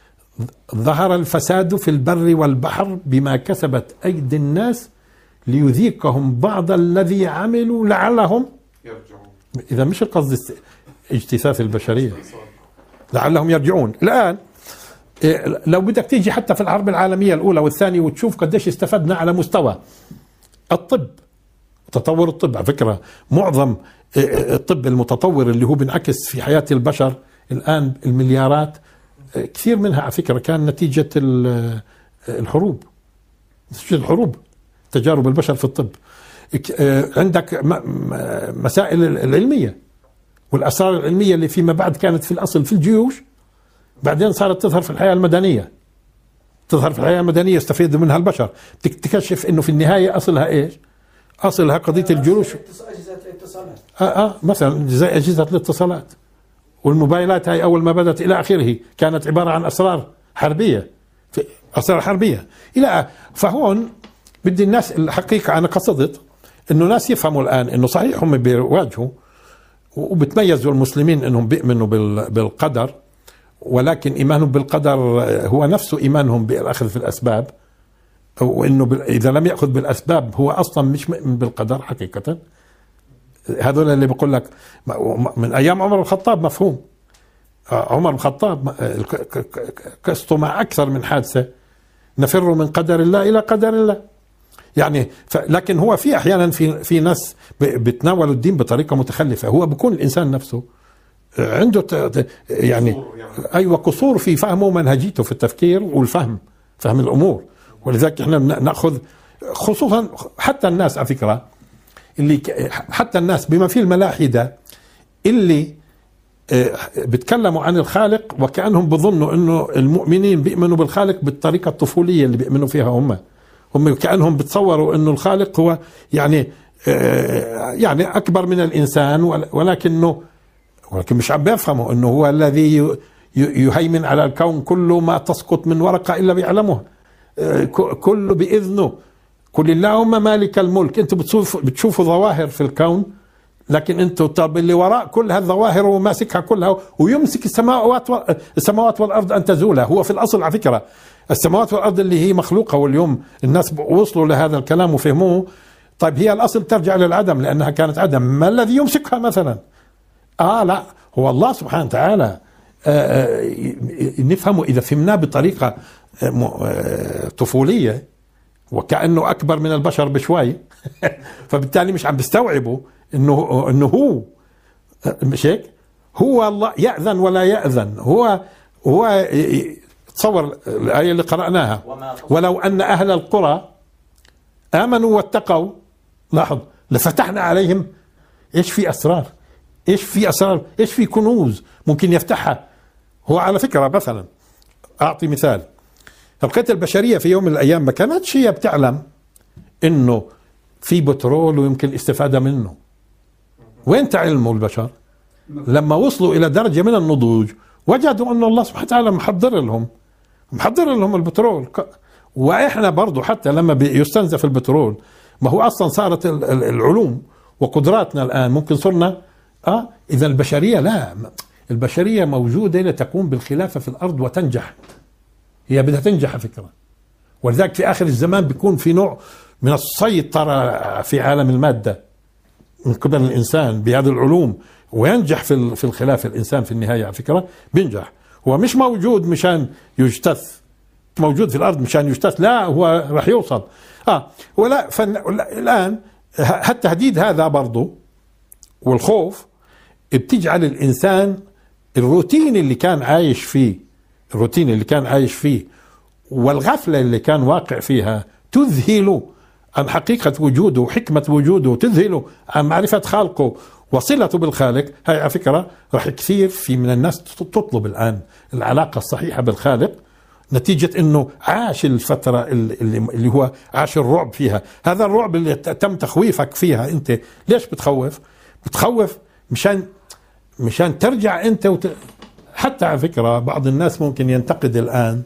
ظهر الفساد في البر والبحر بما كسبت أيدي الناس ليذيقهم بعض الذي عملوا لعلهم يرجعون. إذا مش القصد اجتثاث البشرية، لعلهم يرجعون. الآن لو بدك تيجي حتى في الحرب العالمية الأولى والثانية وتشوف قديش استفدنا على مستوى الطب، تطور الطب. على فكرة معظم الطب المتطور اللي هو بينعكس في حياة البشر الآن المليارات، كثير منها على فكرة كان نتيجة الحروب، تجارب البشر في الطب. عندك مسائل العلمية والأسرار العلمية اللي فيما بعد كانت في الأصل في الجيوش، بعدين صارت تظهر في الحياة المدنية، يستفيد منها البشر. تكتشف إنه في النهاية أصلها إيش؟ أصلها قضية الجيوش. أجهزة الاتصالات مثلا زي أجهزة الاتصالات والموبايلات، هاي أول ما بدأت إلى آخره كانت عبارة عن أسرار حربية، فهون بدي الناس الحقيقة، أنا قصدت إنه ناس يفهموا الآن إنه صحيح هم بيواجهوا وبتميزوا المسلمين انهم بيؤمنوا بالقدر، ولكن ايمانهم بالقدر هو نفسه ايمانهم بالاخذ في الاسباب، وانه اذا لم ياخذ بالاسباب هو اصلا مش مؤمن بالقدر حقيقه. هذول اللي بقول لك من ايام عمر الخطاب مفهوم. عمر الخطاب قصته مع اكثر من حادثه، نفر من قدر الله الى قدر الله يعني. لكن هو في احيانا في ناس بتناولوا الدين بطريقه متخلفه. هو بيكون الانسان نفسه عنده يعني ايوه قصور في فهمه ومنهجيته في التفكير والفهم، فهم الامور. ولذلك احنا ناخذ خصوصا حتى الناس على فكره، اللي حتى الناس بما فيه الملاحده اللي بيتكلموا عن الخالق وكأنهم بظنوا انه المؤمنين بيؤمنوا بالخالق بالطريقه الطفوليه اللي بيؤمنوا فيها هم كأنهم بتصوروا انه الخالق هو يعني اكبر من الانسان، ولكن مش عم بيفهموا انه هو الذي يهيمن على الكون كله، ما تسقط من ورقه الا بيعلمها، كله باذنه. قل اللهم مالك الملك. انتم بتشوفوا ظواهر في الكون، لكن انتم طب اللي وراء كل هالظواهر وماسكها كلها، ويمسك السماوات والارض ان تزولا. هو في الاصل على فكره السماوات والارض اللي هي مخلوقه، واليوم الناس وصلوا لهذا الكلام وفهموه. طيب هي الاصل ترجع للعدم لانها كانت عدم، ما الذي يمسكها مثلا؟ لا هو الله سبحانه وتعالى. نفهمه اذا فهمناه بطريقه طفوليه وكأنه أكبر من البشر بشوي فبالتالي مش عم بيستوعبوا إنه هو مش هيك. هو الله يأذن ولا يأذن. هو تصور الآية اللي قرأناها، ولو أن أهل القرى آمنوا واتقوا، لاحظ، لفتحنا عليهم إيش في أسرار، إيش في كنوز ممكن يفتحها. هو على فكرة مثلا أعطي مثال، القيادة البشرية في يوم من الأيام ما كانتش هي بتعلم إنه في بترول ويمكن الاستفادة منه. وين تعلموا البشر؟ لما وصلوا إلى درجة من النضوج وجدوا أن الله سبحانه وتعالى محضر لهم البترول. وإحنا برضو حتى لما يستنزف البترول، ما هو أصلا صارت العلوم وقدراتنا الآن ممكن صرنا إذا البشرية لا، البشرية موجودة لتقوم بالخلافة في الأرض وتنجح. هي بدها تنجح على فكرة. ولذلك في آخر الزمان بيكون في نوع من السيطرة في عالم المادة من قبل الإنسان بهذه العلوم، وينجح في الخلافة. الإنسان في النهاية على فكرة بينجح. هو مش موجود مشان يجتث، موجود في الأرض مشان يجتث، لا هو رح يوصل. الآن التهديد هذا برضو والخوف بتجعل الإنسان الروتين اللي كان عايش فيه والغفلة اللي كان واقع فيها تذهله عن حقيقة وجوده وحكمة وجوده، تذهله عن معرفة خالقه وصلته بالخالق. هاي على فكرة رح كثير في من الناس تطلب الآن العلاقة الصحيحة بالخالق، نتيجة انه عاش الفترة اللي هو عاش الرعب فيها. هذا الرعب اللي تم تخويفك فيها، انت ليش بتخوف مشان ترجع انت حتى على فكرة بعض الناس ممكن ينتقد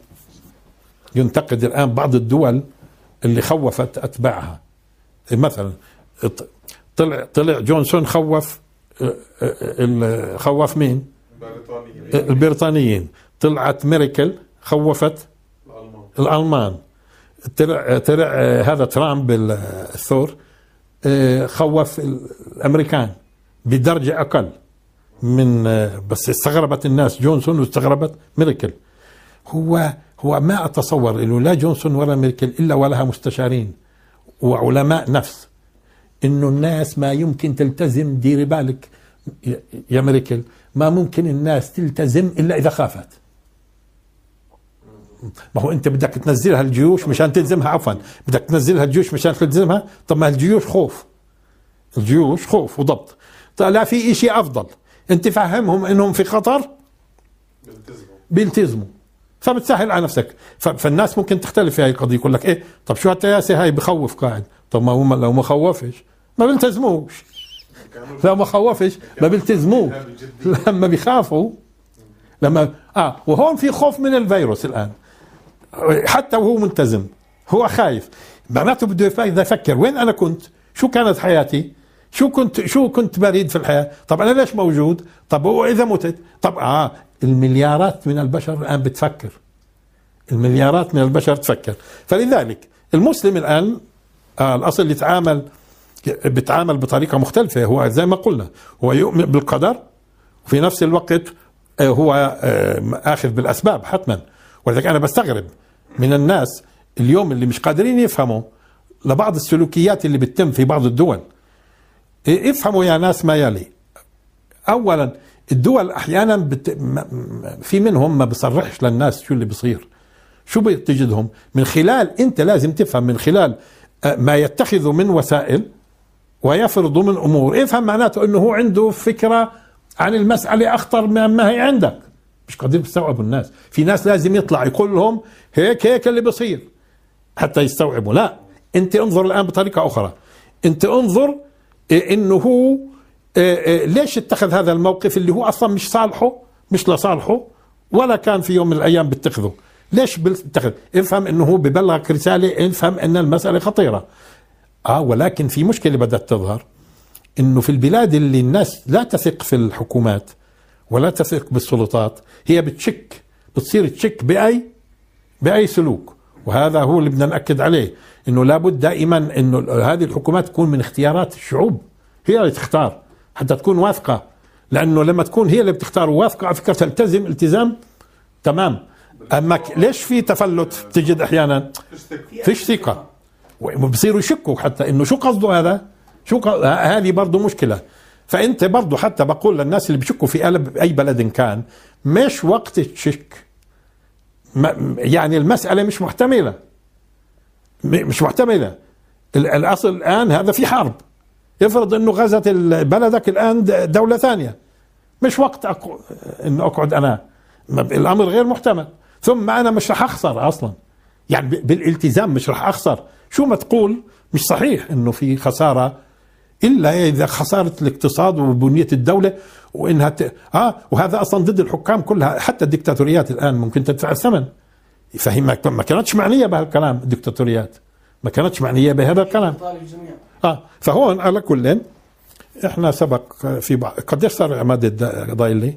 الآن بعض الدول اللي خوفت أتباعها. مثلا طلع جونسون خوف مين؟ البريطانيين. طلعت ميركل خوفت الألمان. طلع هذا ترامب الثور خوف الأمريكان بدرجة أقل من، بس استغربت الناس جونسون واستغربت ميركل. هو ما أتصور إنه لا جونسون ولا ميركل إلا ولها مستشارين وعلماء نفس، إنه الناس ما يمكن تلتزم. ديري بالك يا ميركل، ما ممكن الناس تلتزم إلا إذا خافت. ما هو أنت بدك تنزلها الجيوش مشان تلزمها، عفوا بدك تنزلها الجيوش مشان تلزمها. طب ما الجيوش خوف وضبط. طيب لا في إشي أفضل، أنت فهمهم إنهم في خطر بيلتزموا، فبتسهل على نفسك. فالناس ممكن تختلف في هاي القضية، يقول لك إيه طب شو هالتياسة هاي بخوف قاعد. طب ما هم لو ما خوفش ما بيلتزموش، لو ما خوفش ما بيلتزموش. لما بيخافوا وهون في خوف من الفيروس الآن، حتى وهو ملتزم هو خايف، معناته بده يفكر وين أنا كنت، شو كانت حياتي. شو كنت بريد في الحياة؟ طب أنا ليش موجود؟ طب وإذا متت؟ طب المليارات من البشر الآن بتفكر، المليارات من البشر تفكر. فلذلك المسلم الآن الأصل اللي بيتعامل بطريقة مختلفة. هو زي ما قلنا هو يؤمن بالقدر، وفي نفس الوقت هو آخذ بالأسباب حتما. ولذلك أنا بستغرب من الناس اليوم اللي مش قادرين يفهموا لبعض السلوكيات اللي بتتم في بعض الدول. افهموا يا ناس ما يلي. أولا الدول أحيانا في منهم ما بصرحش للناس شو اللي بصير، شو بتجدهم من خلال، أنت لازم تفهم من خلال ما يتخذ من وسائل ويفرض من أمور. افهم معناته أنه هو عنده فكرة عن المسألة أخطر مما هي عندك. مش قادرين يستوعبوا الناس. في ناس لازم يطلع يقول لهم هيك اللي بصير حتى يستوعبوا. لا، أنت انظر الآن بطريقة أخرى. أنت انظر إنه هو ليش اتخذ هذا الموقف اللي هو أصلا مش صالحه، مش لصالحه، ولا كان في يوم من الأيام بيتخذه. ليش بيتخذ؟ افهم إنه هو ببلغك رسالة، افهم إن المسألة خطيرة. ولكن في مشكلة بدأت تظهر، إنه في البلاد اللي الناس لا تثق في الحكومات ولا تثق بالسلطات، هي بتصير تشك بأي سلوك. وهذا هو اللي بدنا نأكد عليه، إنه لابد دائما إنه هذه الحكومات تكون من اختيارات الشعوب، هي اللي تختار حتى تكون واثقة. لأنه لما تكون هي اللي بتختار وواثقة على فكرة تلتزم التزام تمام. أما ليش في تفلت تجد أحيانا فيش ثقة، وبصيروا يشكوا حتى إنه شو قصده هذا، هذه برضو مشكلة. فأنت برضو حتى بقول للناس اللي بيشكوا في أي بلد كان، مش وقت تشك. يعني المسألة مش محتملة، مش محتملة. الأصل الآن هذا في حرب، يفرض إنه غزت بلدك الآن دولة ثانية، مش وقت إنه أقعد أنا، الأمر غير محتمل. ثم أنا مش رح أخسر أصلا، يعني بالالتزام مش رح أخسر. شو ما تقول مش صحيح إنه في خسارة، إلا إذا خسارة الاقتصاد وبنية الدولة، وإنها وهذا أصلا ضد الحكام كلها. حتى الدكتاتوريات الآن ممكن تدفع الثمن. فهمك ما كانتش معنية بهالكلام، الدكتاتوريات ما كانتش معنية بهذا الكلام. فهون على كل إحنا سبق في قديش صار عماد ضايل لي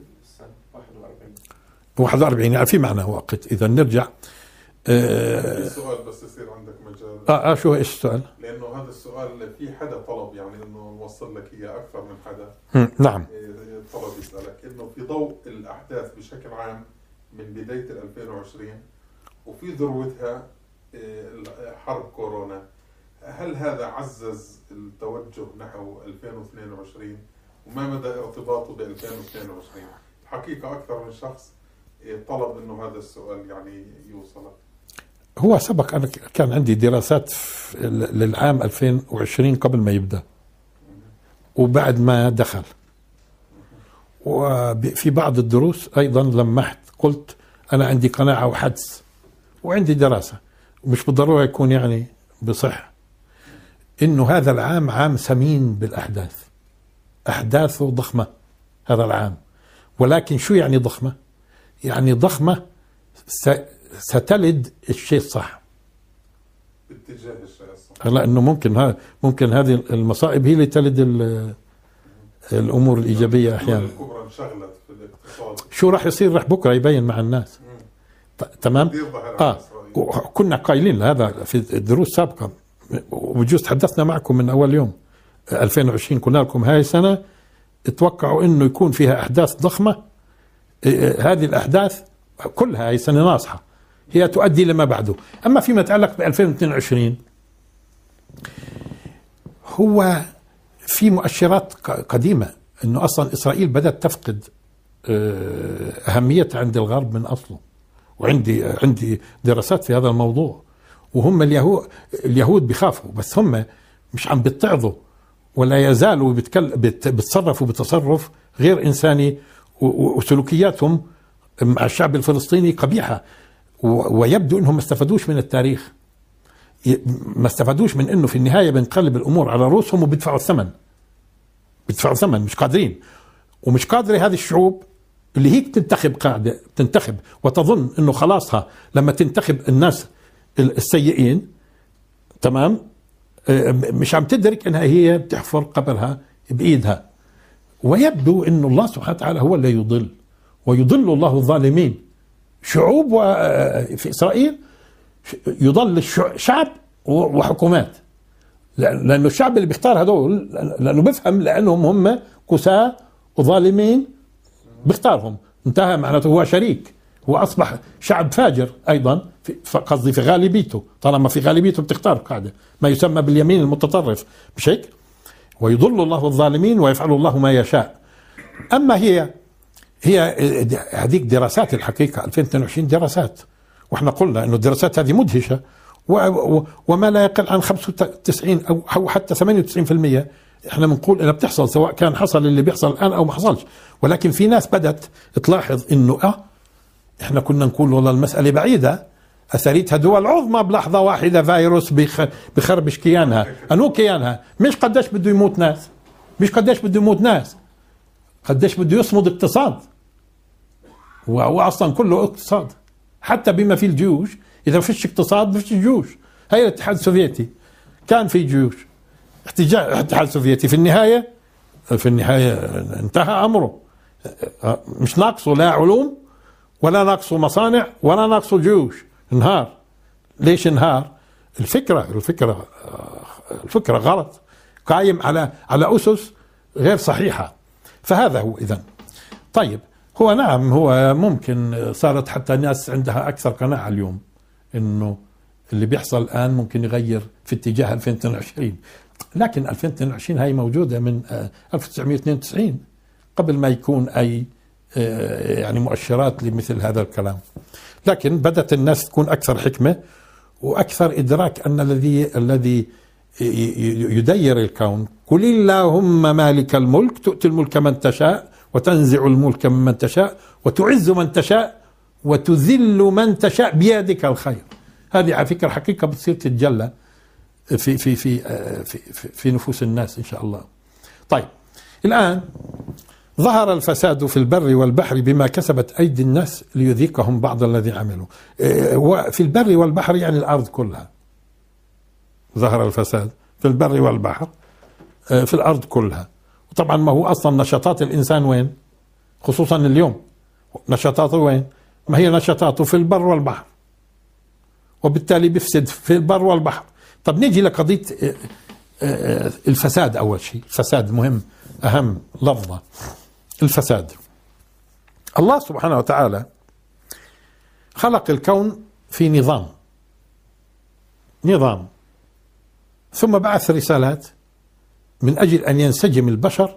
41 يعني في معنى وقت. إذا نرجع السؤال بس يصير عندك مجال. شو إيش السؤال؟ لأنه هذا السؤال في حدا طلب يعني إنه نوصل لك إياه أكثر من حدا. نعم. طلب يسألك إنه في ضوء الأحداث بشكل عام من بداية 2020 وفي ذروتها حرب كورونا، هل هذا عزز التوجه نحو 2022 وما مدى ارتباطه ب 2022؟ حقيقة أكثر من شخص طلب إنه هذا السؤال يعني يوصلك. هو سبق أنا كان عندي دراسات للعام 2020 قبل ما يبدأ وبعد ما دخل، وفي بعض الدروس أيضا لمحت قلت أنا عندي قناعة وحدس وعندي دراسة، ومش بالضرورة يكون يعني بصح، إنه هذا العام عام ثمين بالأحداث، أحداثه ضخمة هذا العام. ولكن شو يعني ضخمة؟ يعني ضخمة ستلد الشيء الصح، اتجاه الشيء الصح. لأنه ممكن هذه المصائب هي اللي تلد الأمور الإيجابية أحيانا. شو راح يصير راح بكرة يبين مع الناس. تمام. كنا قايلين هذا في الدروس سابقة، وبجوز تحدثنا معكم من أول يوم 2020 قلنا لكم هاي السنة اتوقعوا إنه يكون فيها أحداث ضخمة. هذه الأحداث كلها هي سنة ناصحة، هي تؤدي لما بعده. أما فيما يتعلق ب 2022 هو في مؤشرات قديمة إنه أصلا إسرائيل بدأت تفقد أهميتها عند الغرب من أصله، وعندي دراسات في هذا الموضوع. وهم اليهود بيخافوا، بس هم مش عم بيتعظوا ولا يزالوا بيتصرفوا بتصرف غير إنساني، وسلوكياتهم مع الشعب الفلسطيني قبيحة. ويبدو أنهم ما استفادوش من التاريخ، ما استفادوش من أنه في النهاية بنقلب الأمور على رؤوسهم وبيدفعوا الثمن، مش قادرين. ومش قادرة هذه الشعوب اللي هي بتنتخب وتظن أنه خلاصها لما تنتخب الناس السيئين تمام مش عم تدرك انها هي بتحفر قبرها بايدها. ويبدو ان الله سبحانه وتعالى هو اللي يضل، ويضل الله الظالمين. شعوب في اسرائيل يضل شعب وحكومات، لانه الشعب اللي بيختار هذول لانه بفهم لانهم هم كساة وظالمين بيختارهم، انتهى معناته هو شريك، هو اصبح شعب فاجر ايضا، قصدي في غالبيته، طالما في غالبيته بتختار قاعده ما يسمى باليمين المتطرف، مش هيك؟ ويضل الله الظالمين ويفعل الله ما يشاء. اما هي هذيك دراسات الحقيقه 2022 دراسات، واحنا قلنا انه الدراسات هذه مدهشه، وما لا يقل عن 95 او حتى 98% احنا بنقول انها بتحصل، سواء كان حصل اللي بيحصل الان او ما حصلش. ولكن في ناس بدت تلاحظ انه احنا كنا نقول والله المساله بعيده، اثريتها دول عظمى بلحظه واحده فيروس بخربش كيانها. انو كيانها مش قديش بده يموت ناس، مش قديش بده يموت ناس، قديش بده يصمد اقتصاد، وهو اصلا كله اقتصاد، حتى بما فيه الجيوش. اذا ما فيش اقتصاد ما فيش جيوش. هي الاتحاد السوفيتي كان في جيوش، احتجاج الاتحاد السوفيتي في النهايه انتهى امره، مش ناقصه لا علوم ولا ناقصه مصانع ولا ناقصه جيوش، انهار. ليش انهار؟ الفكره غلط، قايم على اسس غير صحيحه. فهذا هو اذا. طيب هو نعم، هو ممكن صارت حتى ناس عندها اكثر قناعه اليوم انه اللي بيحصل الان ممكن يغير في اتجاه 2022، لكن 2022 هاي موجوده من 1992 قبل ما يكون اي يعني مؤشرات لمثل هذا الكلام. لكن بدأت الناس تكون أكثر حكمة وأكثر إدراك أن الذي يدير الكون، قل اللهم مالك الملك تؤتي الملك من تشاء وتنزع الملك ممن تشاء وتعز من تشاء وتذل من تشاء بيدك الخير. هذه على فكرة حقيقة بتصير تتجلى في في في في في نفوس الناس إن شاء الله. طيب الآن ظهر الفساد في البر والبحر بما كسبت أيدي الناس ليذيقهم بعض الذي عملوا. وفي البر والبحر يعني الأرض كلها. ظهر الفساد في البر والبحر في الأرض كلها. وطبعا ما هو أصلا نشاطات الإنسان وين؟ خصوصا اليوم نشاطاته وين؟ ما هي نشاطاته في البر والبحر، وبالتالي بيفسد في البر والبحر. طب نيجي لقضية الفساد. أول شيء الفساد مهم، أهم لفظة الفساد. الله سبحانه وتعالى خلق الكون في نظام ثم بعث رسالات من أجل أن ينسجم البشر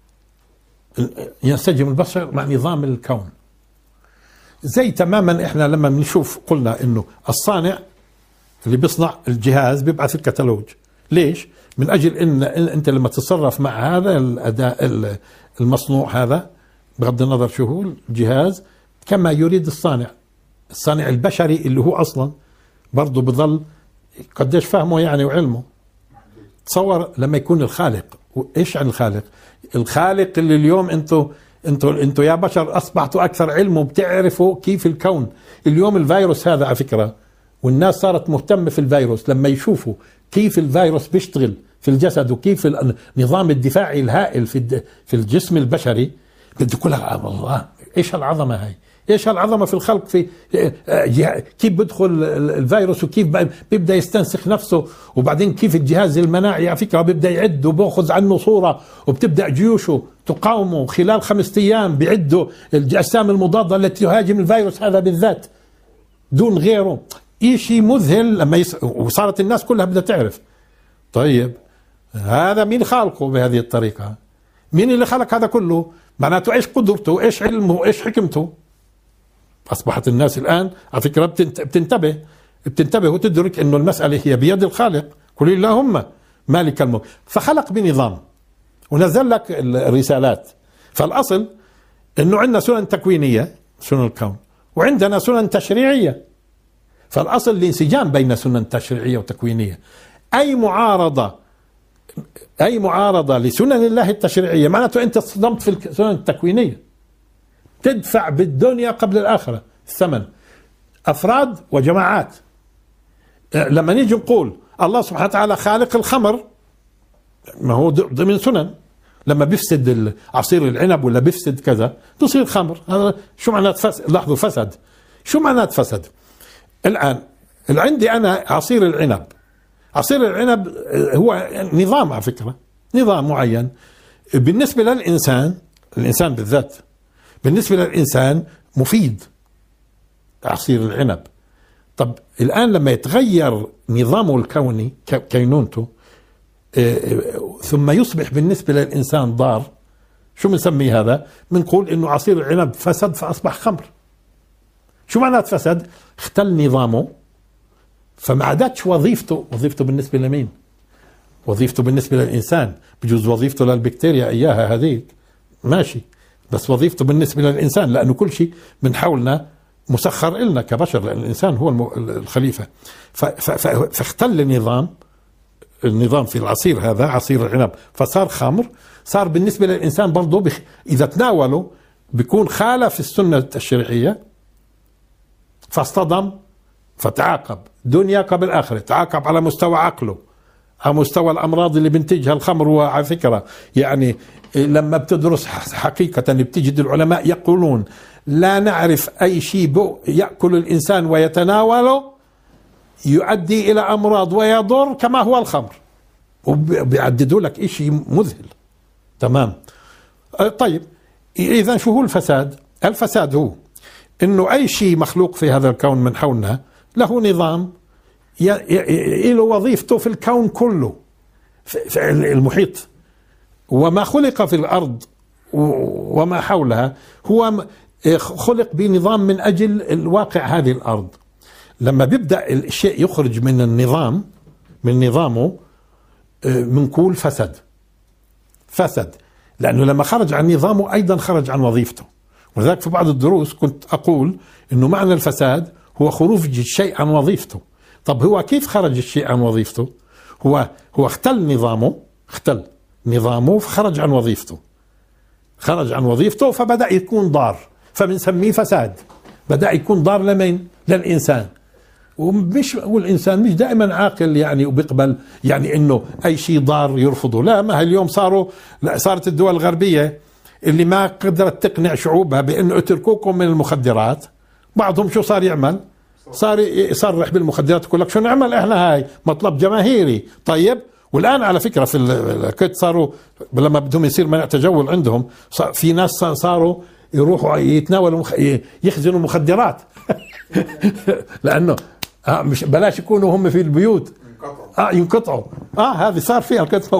مع نظام الكون. زي تماما إحنا لما بنشوف قلنا إنه الصانع اللي بيصنع الجهاز بيبعث الكتالوج. ليش؟ من أجل إن أنت لما تتصرف مع هذا الأداء المصنوع هذا بغض النظر شو هو الجهاز كما يريد الصانع البشري اللي هو أصلا برضه بظل قديش فهمه يعني وعلمه. تصور لما يكون الخالق. إيش عن الخالق اللي اليوم انتوا يا بشر أصبحتوا أكثر علم وبتعرفوا كيف الكون. اليوم الفيروس هذا على فكرة، والناس صارت مهتمة في الفيروس لما يشوفوا كيف الفيروس بيشتغل في الجسد وكيف النظام الدفاعي الهائل في الجسم البشري، بده يقول الله ايش هالعظمه هاي، ايش هالعظمه في الخلق، في كيف بدخل الفيروس وكيف بيبدا يستنسخ نفسه، وبعدين كيف الجهاز المناعي على فكره بيبدا يعد وباخذ عنه صوره وبتبدا جيوشه تقاومه خلال 5 أيام، بيعدوا الاجسام المضاده التي تهاجم الفيروس هذا بالذات دون غيره. شيء مذهل لما وصارت الناس كلها بدها تعرف طيب هذا مين خالقه بهذه الطريقة؟ مين اللي خلق هذا كله؟ معناته ايش قدرته، ايش علمه، ايش حكمته؟ اصبحت الناس الان على فكرة بتنتبه وتدرك انه المسألة هي بيد الخالق. قل اللهم مالك الملك. فخلق بنظام ونزل لك الرسالات. فالاصل انه عندنا سنن تكوينية سنن الكون، وعندنا سنن تشريعية. فالاصل الانسجام بين سنن تشريعية وتكوينية. أي معارضة لسنن الله التشريعية معناته أنت صدمت في السنن التكوينية. تدفع بالدنيا قبل الآخرة الثمن، أفراد وجماعات. لما نيجي نقول الله سبحانه وتعالى خالق الخمر، ما هو ضمن سنن، لما بيفسد عصير العنب ولا بيفسد كذا تصير خمر. هذا شو معنات فسد؟ لاحظوا فسد، شو معنات فسد؟ الآن عندي أنا عصير العنب، عصير العنب هو نظام على فكرة، نظام معين بالنسبة للإنسان، الإنسان بالذات بالنسبة للإنسان مفيد عصير العنب. طب الآن لما يتغير نظامه الكوني كينونته ثم يصبح بالنسبة للإنسان ضار، شو بنسميه هذا؟ بنقول إنه عصير العنب فسد فأصبح خمر. شو معنات فسد؟ اختل نظامه فما عادتش وظيفته. وظيفته بالنسبة لمين؟ وظيفته بالنسبة للإنسان. بجوز وظيفته للبكتيريا إياها هذيك ماشي، بس وظيفته بالنسبة للإنسان، لأنه كل شيء من حولنا مسخر إلنا كبشر، لأن الإنسان هو الخليفة. فاختل النظام في العصير هذا، عصير العنب، فصار خمر. صار بالنسبة للإنسان برضه إذا تناوله بيكون خالف السنة التشريعية، فاصطدم فتعاقب دنيا قبل آخرة، تعاقب على مستوى عقله، على مستوى الأمراض اللي بنتجها الخمر. وعلى فكرة يعني لما بتدرس حقيقة بتجد العلماء يقولون لا نعرف أي شيء يأكل الإنسان ويتناوله يؤدي إلى أمراض ويضر كما هو الخمر، وبيعددوا لك إشي مذهل. تمام. طيب إذا شو هو الفساد؟ الفساد هو إنه أي شيء مخلوق في هذا الكون من حولنا له نظام، له وظيفته في الكون كله، في المحيط، وما خلق في الأرض وما حولها هو خلق بنظام من أجل الواقع هذه الأرض. لما بيبدأ الشيء يخرج من النظام، من نظامه، بنقول فسد، لأنه لما خرج عن نظامه أيضا خرج عن وظيفته. ولذلك في بعض الدروس كنت أقول إنه معنى الفساد هو خروج الشيء عن وظيفته. طب هو كيف خرج الشيء عن وظيفته؟ هو اختل نظامه فخرج عن وظيفته، خرج عن وظيفته فبدأ يكون ضار، فبنسميه فساد. بدأ يكون ضار لمين؟ للإنسان. والإنسان مش دائما عاقل يعني وبيقبل يعني إنه أي شيء ضار يرفضه. لا، ما اليوم صارت الدول الغربية اللي ما قدرت تقنع شعوبها بأنه اتركوكم من المخدرات، بعضهم شو صار يعمل؟ صار يصرح بالمخدرات، يقول لك شو نعمل احنا، هاي مطلب جماهيري. طيب والآن على فكرة في الكت صاروا لما بدهم يصير منع تجول عندهم، في ناس صاروا يروحوا يتناولوا يخزنوا مخدرات لأنه مش بلاش يكونوا هم في البيوت ينقطعوا. هذه صار فيها الكت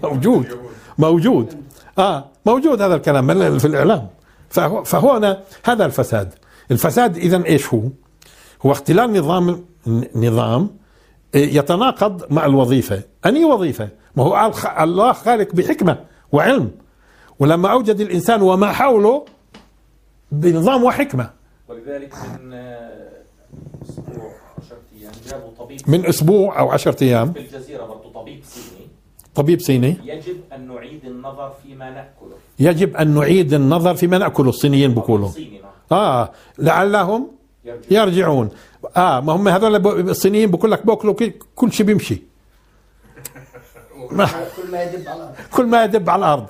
موجود هذا الكلام في الإعلام. فهنا هذا الفساد إذن إيش هو اختلال نظام يتناقض مع الوظيفة. أنهي وظيفة؟ ما هو الله خالق بحكمة وعلم، ولما أوجد الإنسان وما حوله بنظام وحكمة. ولذلك من أسبوع 10 أيام جابوا طبيب، من أسبوع أو 10 أيام في الجزيرة برضو طبيب صيني يجب أن نعيد النظر فيما نأكله. يجب أن نعيد النظر فيما نأكله. الصينيين بيقولوا لعلهم يرجعون. ما هم هذول الصينيين بقول لك باكلوا كل شيء بيمشي كل ما يدب على الأرض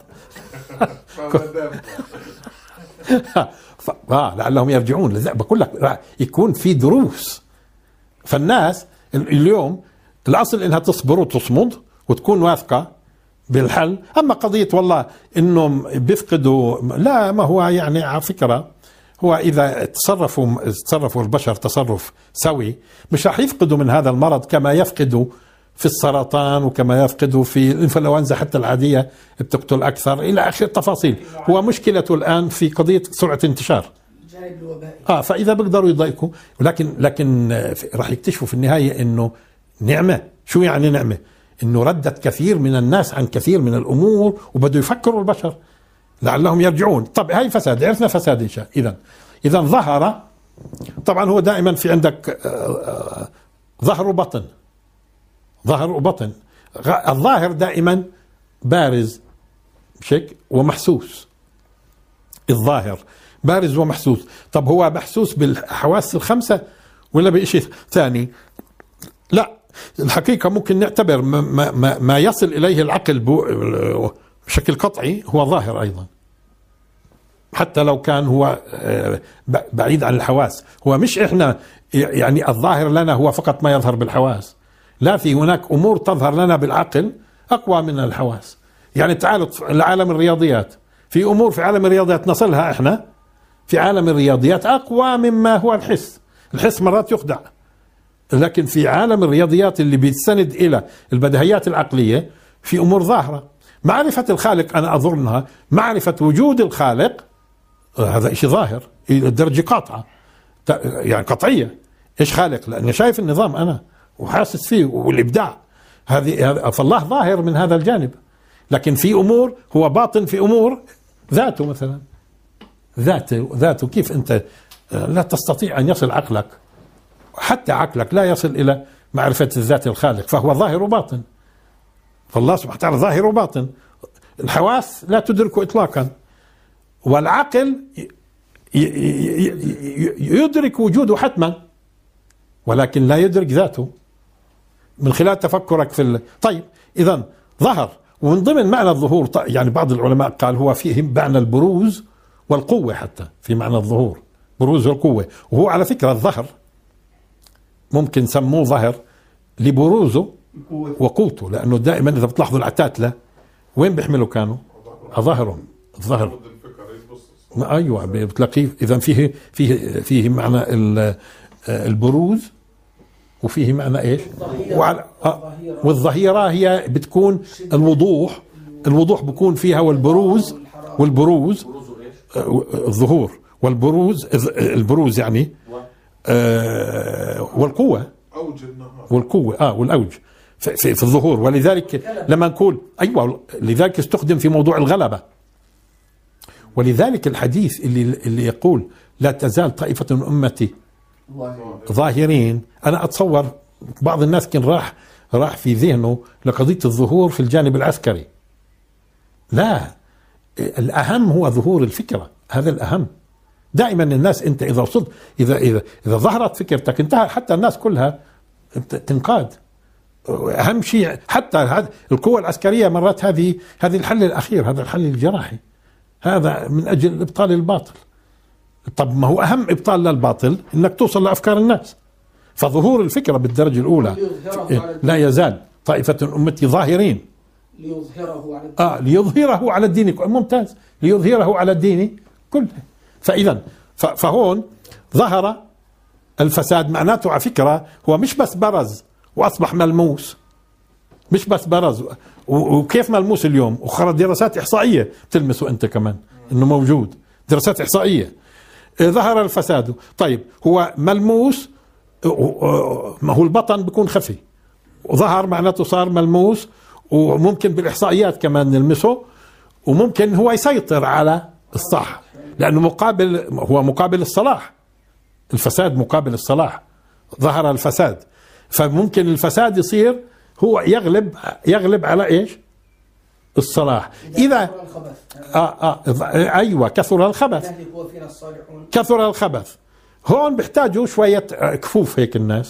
لعلهم يرجعون. لذلك بقول لك يكون في دروس. فالناس اليوم الأصل إنها تصبر وتصمد وتكون واثقة بالحل. أما قضية والله إنهم بيفقدوا، لا، ما هو يعني على فكرة هو إذا تصرفوا البشر تصرف سوي مش راح يفقدوا من هذا المرض كما يفقدوا في السرطان وكما يفقدوا في الإنفلونزا حتى العادية بتقتل أكثر إلى آخر التفاصيل. هو مشكلته الآن في قضية سرعة انتشار. فإذا بيقدروا يضايقوا، لكن راح يكتشفوا في النهاية إنه نعمة. شو يعني نعمة؟ إنه ردت كثير من الناس عن كثير من الأمور وبدوا يفكروا البشر لعلهم يرجعون. طب هاي فساد، عرفنا فساد إن شاء. إذا ظهر، طبعا هو دائما في عندك ظهر وبطن. الظاهر دائما بارز شك ومحسوس. الظاهر بارز ومحسوس. طب هو محسوس بالحواس الخمسة ولا بشيء ثاني؟ لا، الحقيقة ممكن نعتبر ما يصل إليه العقل بشكل قطعي هو ظاهر أيضا، حتى لو كان هو بعيد عن الحواس. هو مش إحنا يعني الظاهر لنا هو فقط ما يظهر بالحواس، لا، في هناك أمور تظهر لنا بالعقل أقوى من الحواس. يعني تعالوا لعالم الرياضيات، في أمور في عالم الرياضيات نصلها إحنا في عالم الرياضيات أقوى مما هو الحس. الحس مرات يخدع، لكن في عالم الرياضيات اللي بيستند إلى البديهيات العقلية في أمور ظاهرة. معرفة الخالق أنا أظنها معرفة وجود الخالق، هذا إشي ظاهر الدرجة قاطعة، يعني قطعية. إيش خالق؟ لأني شايف النظام أنا وحاسس فيه والإبداع، هذه فالله ظاهر من هذا الجانب. لكن في أمور هو باطن، في أمور ذاته مثلا، ذاته كيف أنت لا تستطيع أن يصل عقلك، حتى عقلك لا يصل إلى معرفة الذات الخالق، فهو ظاهر وباطن. فالله سبحانه وتعالى ظاهر وباطن، الحواس لا تدركه إطلاقا، والعقل يدرك وجوده حتما ولكن لا يدرك ذاته من خلال تفكرك في طيب إذن ظهر. ومن ضمن معنى الظهور يعني بعض العلماء قال هو فيه معنى البروز والقوة، حتى في معنى الظهور بروز والقوة. وهو على فكرة الظهر ممكن سموه ظهر لبروزه وقوته، لأنه دائما إذا بتلاحظوا العتاتلة وين بيحملوا كانوا ظهرهم، الظهر أيوة بتلاقيه. إذا فيه معنى البروز، وفيه معنى إيش، والظهيرة هي بتكون الوضوح بيكون فيها، والبروز الظهور، البروز يعني والقوة والأوج في الظهور. ولذلك لما نقول أيوة، لذلك استخدم في موضوع الغلبة. ولذلك الحديث اللي يقول لا تزال طائفة من أمتي ظاهرين، أنا أتصور بعض الناس كان راح في ذهنه لقضية الظهور في الجانب العسكري. لا، الأهم هو ظهور الفكرة، هذا الأهم. دائما الناس أنت إذا وصلت إذا ظهرت فكرتك انتهى، حتى الناس كلها تنقاد. أهم شيء حتى القوة العسكرية مرات هذه الحل الأخير، هذا الحل الجراحي، هذا من أجل إبطال الباطل. طب ما هو أهم إبطال للباطل إنك توصل لأفكار الناس. فظهور الفكرة بالدرجة الأولى لا يزال طائفة أمتي ظاهرين ليظهره على الدين ممتاز، ليظهره على الدين كله. فإذا فهون ظهر الفساد معناته على فكرة هو مش بس برز وأصبح ملموس، مش بس برز وكيف ملموس اليوم، وخرج دراسات إحصائية تلمسه أنت كمان إنه موجود، دراسات إحصائية. ظهر الفساد، طيب هو ملموس، ما هو البطن بيكون خفي، وظهر معناته صار ملموس، وممكن بالإحصائيات كمان نلمسه، وممكن هو يسيطر على الصح، لأنه هو مقابل الصلاح. الفساد مقابل الصلاح، ظهر الفساد، فممكن الفساد يصير هو يغلب على إيش؟ الصلاح. إذا أيوة كثر الخبث، كثر الخبث. هون بيحتاجوا شوية كفوف هيك الناس،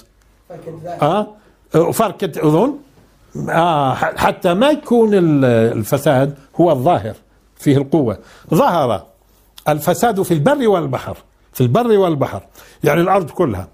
وفركة أذن، حتى ما يكون الفساد هو الظاهر فيه القوة. ظهر الفساد في البر والبحر، في البر والبحر، يعني الأرض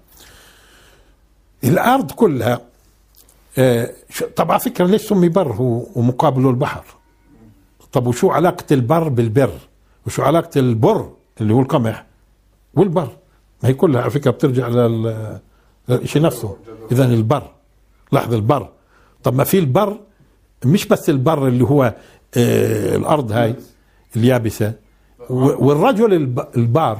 كلها. طبعا فكرة ليش سمي بر هو ومقابله البحر؟ طب وشو علاقة البر بالبر؟ وشو علاقة البر اللي هو القمح والبر؟ ما هي كلها على فكرة بترجع للشيء نفسه. إذا البر، لاحظ البر، طب ما في البر مش بس البر اللي هو الأرض هاي اليابسة، والرجل البار،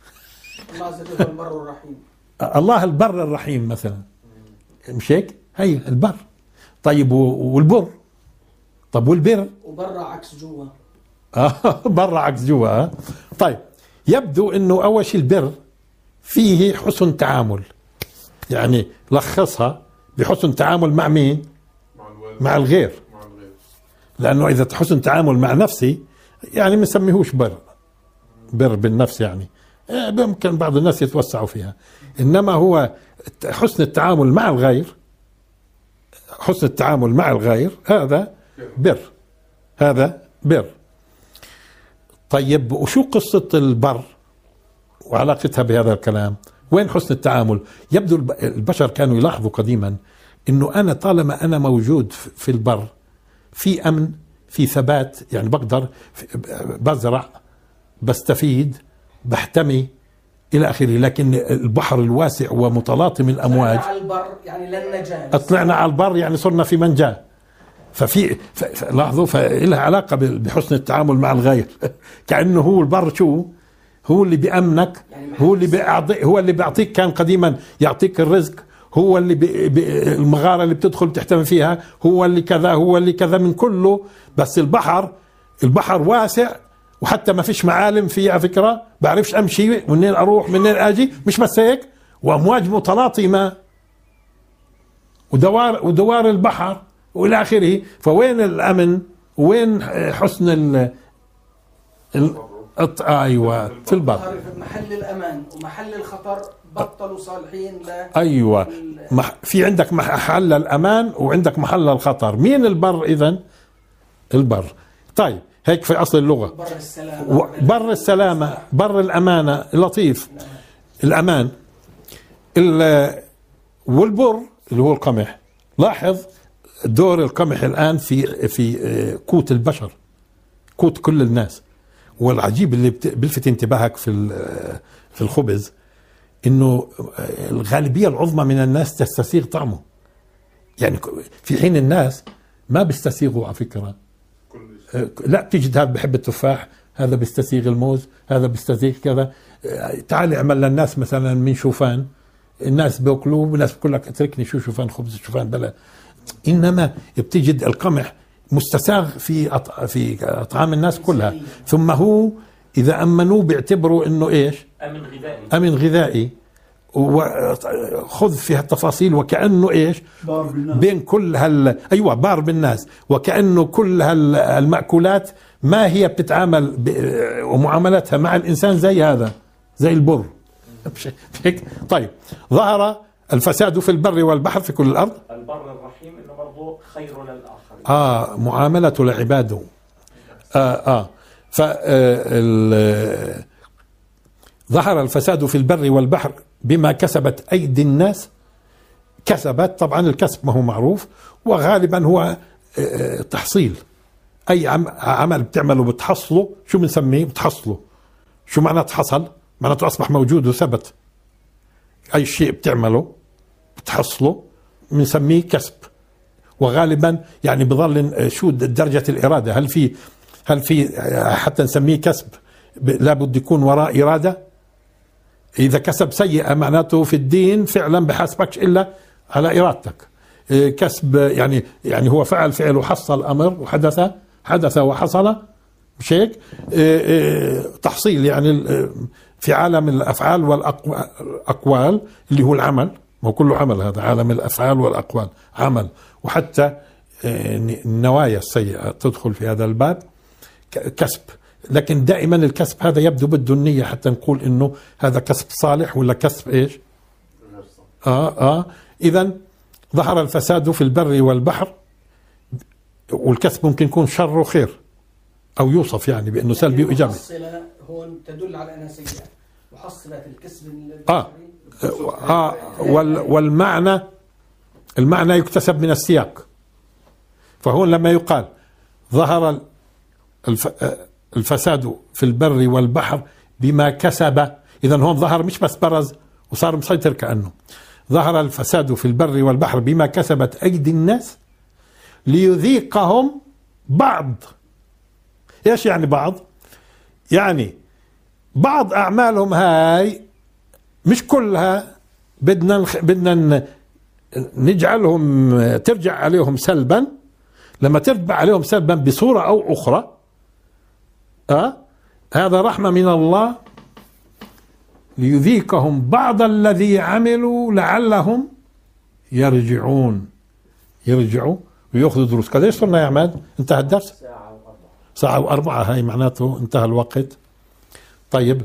الله البر الرحيم مثلا، مش هيك؟ هي البر. طيب والبر، طب والبر وبرا عكس جوا. برا عكس جوا. طيب يبدو انه اول شيء البر فيه حسن تعامل، يعني لخصها بحسن تعامل مع مين؟ مع الغير. لانه اذا حسن تعامل مع نفسي يعني ما نسميهوش بر بالنفس، يعني ممكن بعض الناس يتوسعوا فيها، انما هو حسن التعامل مع الغير حسن التعامل مع الغير هذا بر، هذا بر. طيب وشو قصة البر وعلاقتها بهذا الكلام؟ وين حسن التعامل؟ يبدو البشر كانوا يلاحظوا قديما انه انا طالما انا موجود في البر في امن، في ثبات، يعني بقدر بزرع، بستفيد، بحتمي الى اخره. لكن البحر الواسع ومتلاطم الامواج، على البر يعني لن نجاه، طلعنا على البر يعني صرنا في منجاه. ففي لاحظوا فإلها علاقة بحسن التعامل مع الغير. كأنه هو البر شو هو اللي بيأمنك، هو اللي بيعطيك، هو اللي بيعطيك، كان قديما يعطيك الرزق، هو اللي المغارة اللي بتدخل تحتمي فيها، هو اللي كذا، هو اللي كذا من كله. بس البحر واسع وحتى ما فيش معالم فيه على فكرة، بعرفش أمشي منين أروح منين أجي، مش بس هيك، وأمواج متلاطمة ودوار البحر والى اخره. فوين الامن وين حسن ايوه في البر. في محل الامان ومحل الخطر بطلوا صالحين ايوه في عندك محل الامان وعندك محل الخطر. مين البر اذا؟ البر. طيب هيك في اصل اللغه بر السلامه، بر الامانه، اللطيف، الامان. والبر اللي هو القمح. لاحظ دور القمح الآن في قوت البشر، قوت كل الناس. والعجيب اللي بلفت انتباهك في الخبز إنه الغالبية العظمى من الناس تستسيغ طعمه، يعني في حين الناس ما بيستسيغوا على فكرة. لا بتجد هذا بحب التفاح، هذا بيستسيغ الموز، هذا بيستسيغ كذا. تعال اعمل للناس مثلا من شوفان، الناس بياكلوه، والناس بتقول لك اتركني شو شوفان خبز شوفان بلا. انما بتجد القمح مستساغ في اطعام الناس كلها. ثم هو اذا امنوه بيعتبروا انه ايش؟ امن غذائي. وخذ فيها التفاصيل وكانه ايش؟ بار بالناس. بين كل ايوه بار بالناس، وكانه كل المأكولات ما هي بتتعامل ومعاملتها مع الانسان زي هذا، زي البر. طيب ظهر الفساد في البر والبحر في كل الأرض. البر الرحيم إنه برضو خير للآخرين. معاملته لعباده. ظهر الفساد في البر والبحر بما كسبت أيدي الناس. كسبت، طبعا الكسب ما هو معروف، وغالبا هو تحصيل. أي عمل بتعمله بتحصله. شو بنسميه؟ بتحصله. شو معنى تحصل؟ معناته أصبح موجود وثبت. أي شيء بتعمله بتحصله بنسميه كسب. وغالبا يعني بظل شو درجة الإرادة، هل في حتى نسميه كسب لابد يكون وراء إرادة. إذا كسب سيئة معناته في الدين فعلا بحاسبكش إلا على إرادتك. كسب يعني هو فعل وحصل أمر وحدث وحصل، مش هيك؟ تحصيل يعني في عالم الأفعال والأقوال اللي هو العمل، ما هو كله عمل، هذا عالم الأفعال والأقوال عمل. وحتى النوايا السيئة تدخل في هذا الباب كسب. لكن دائما الكسب هذا يبدو بده النية حتى نقول إنه هذا كسب صالح ولا كسب إيش؟ إذا ظهر الفساد في البر والبحر. والكسب ممكن يكون شر وخير، أو يوصف يعني بأنه سلبي وإيجابي. المحصلة هون تدل على أنها سيئة، محصلة الكسب والمعنى يكتسب من السياق. فهون لما يقال ظهر الفساد في البر والبحر بما كسب، إذن هون ظهر مش بس برز وصار مسيطر، كأنه ظهر الفساد في البر والبحر بما كسبت أيدي الناس ليذيقهم بعض. ايش يعني بعض؟ يعني بعض اعمالهم هاي مش كلها بدنا نجعلهم ترجع عليهم سلبا. لما ترجع عليهم سلبا بصورة او اخرى هذا رحمة من الله، ليذيقهم بعض الذي عملوا لعلهم يرجعوا ويأخذوا دروس. قديش صرنا يا عماد؟ انتهى الدرس؟ ساعة وأربعة، هاي معناته انتهى الوقت. طيب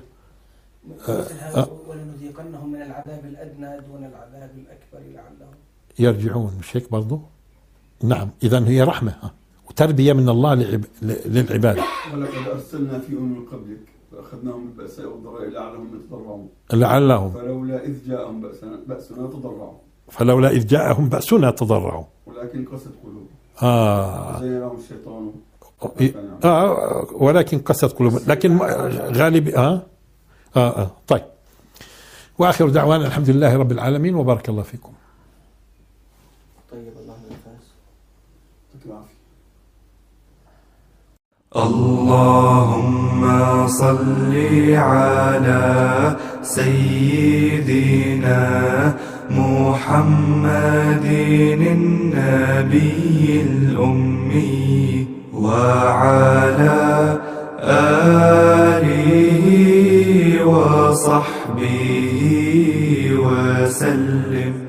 ولنذيقنهم من العذاب الأدنى دون العذاب الأكبر لعلهم يرجعون، مش هيك برضو؟ نعم، إذن هي رحمة وتربية من الله للعباد. ولقد أرسلنا في من قبلك فأخذناهم بالبأساء والضراء لعلهم يتضرعون. لعلهم فلولا إذ جاءهم بأسنا تضرعوا. فلولا إذ جاءهم بأسنا تضرعوا. ولكن قست قلوبهم. زين لهم الشيطان. ولكن قست قلوبهم، لكن غالب طيب. وآخر دعوانا الحمد لله رب العالمين، وبارك الله فيكم. طيب الله النفس. اللهم صل على سيدنا محمد النبي الأمي وعلى آله وصحبه وسلم.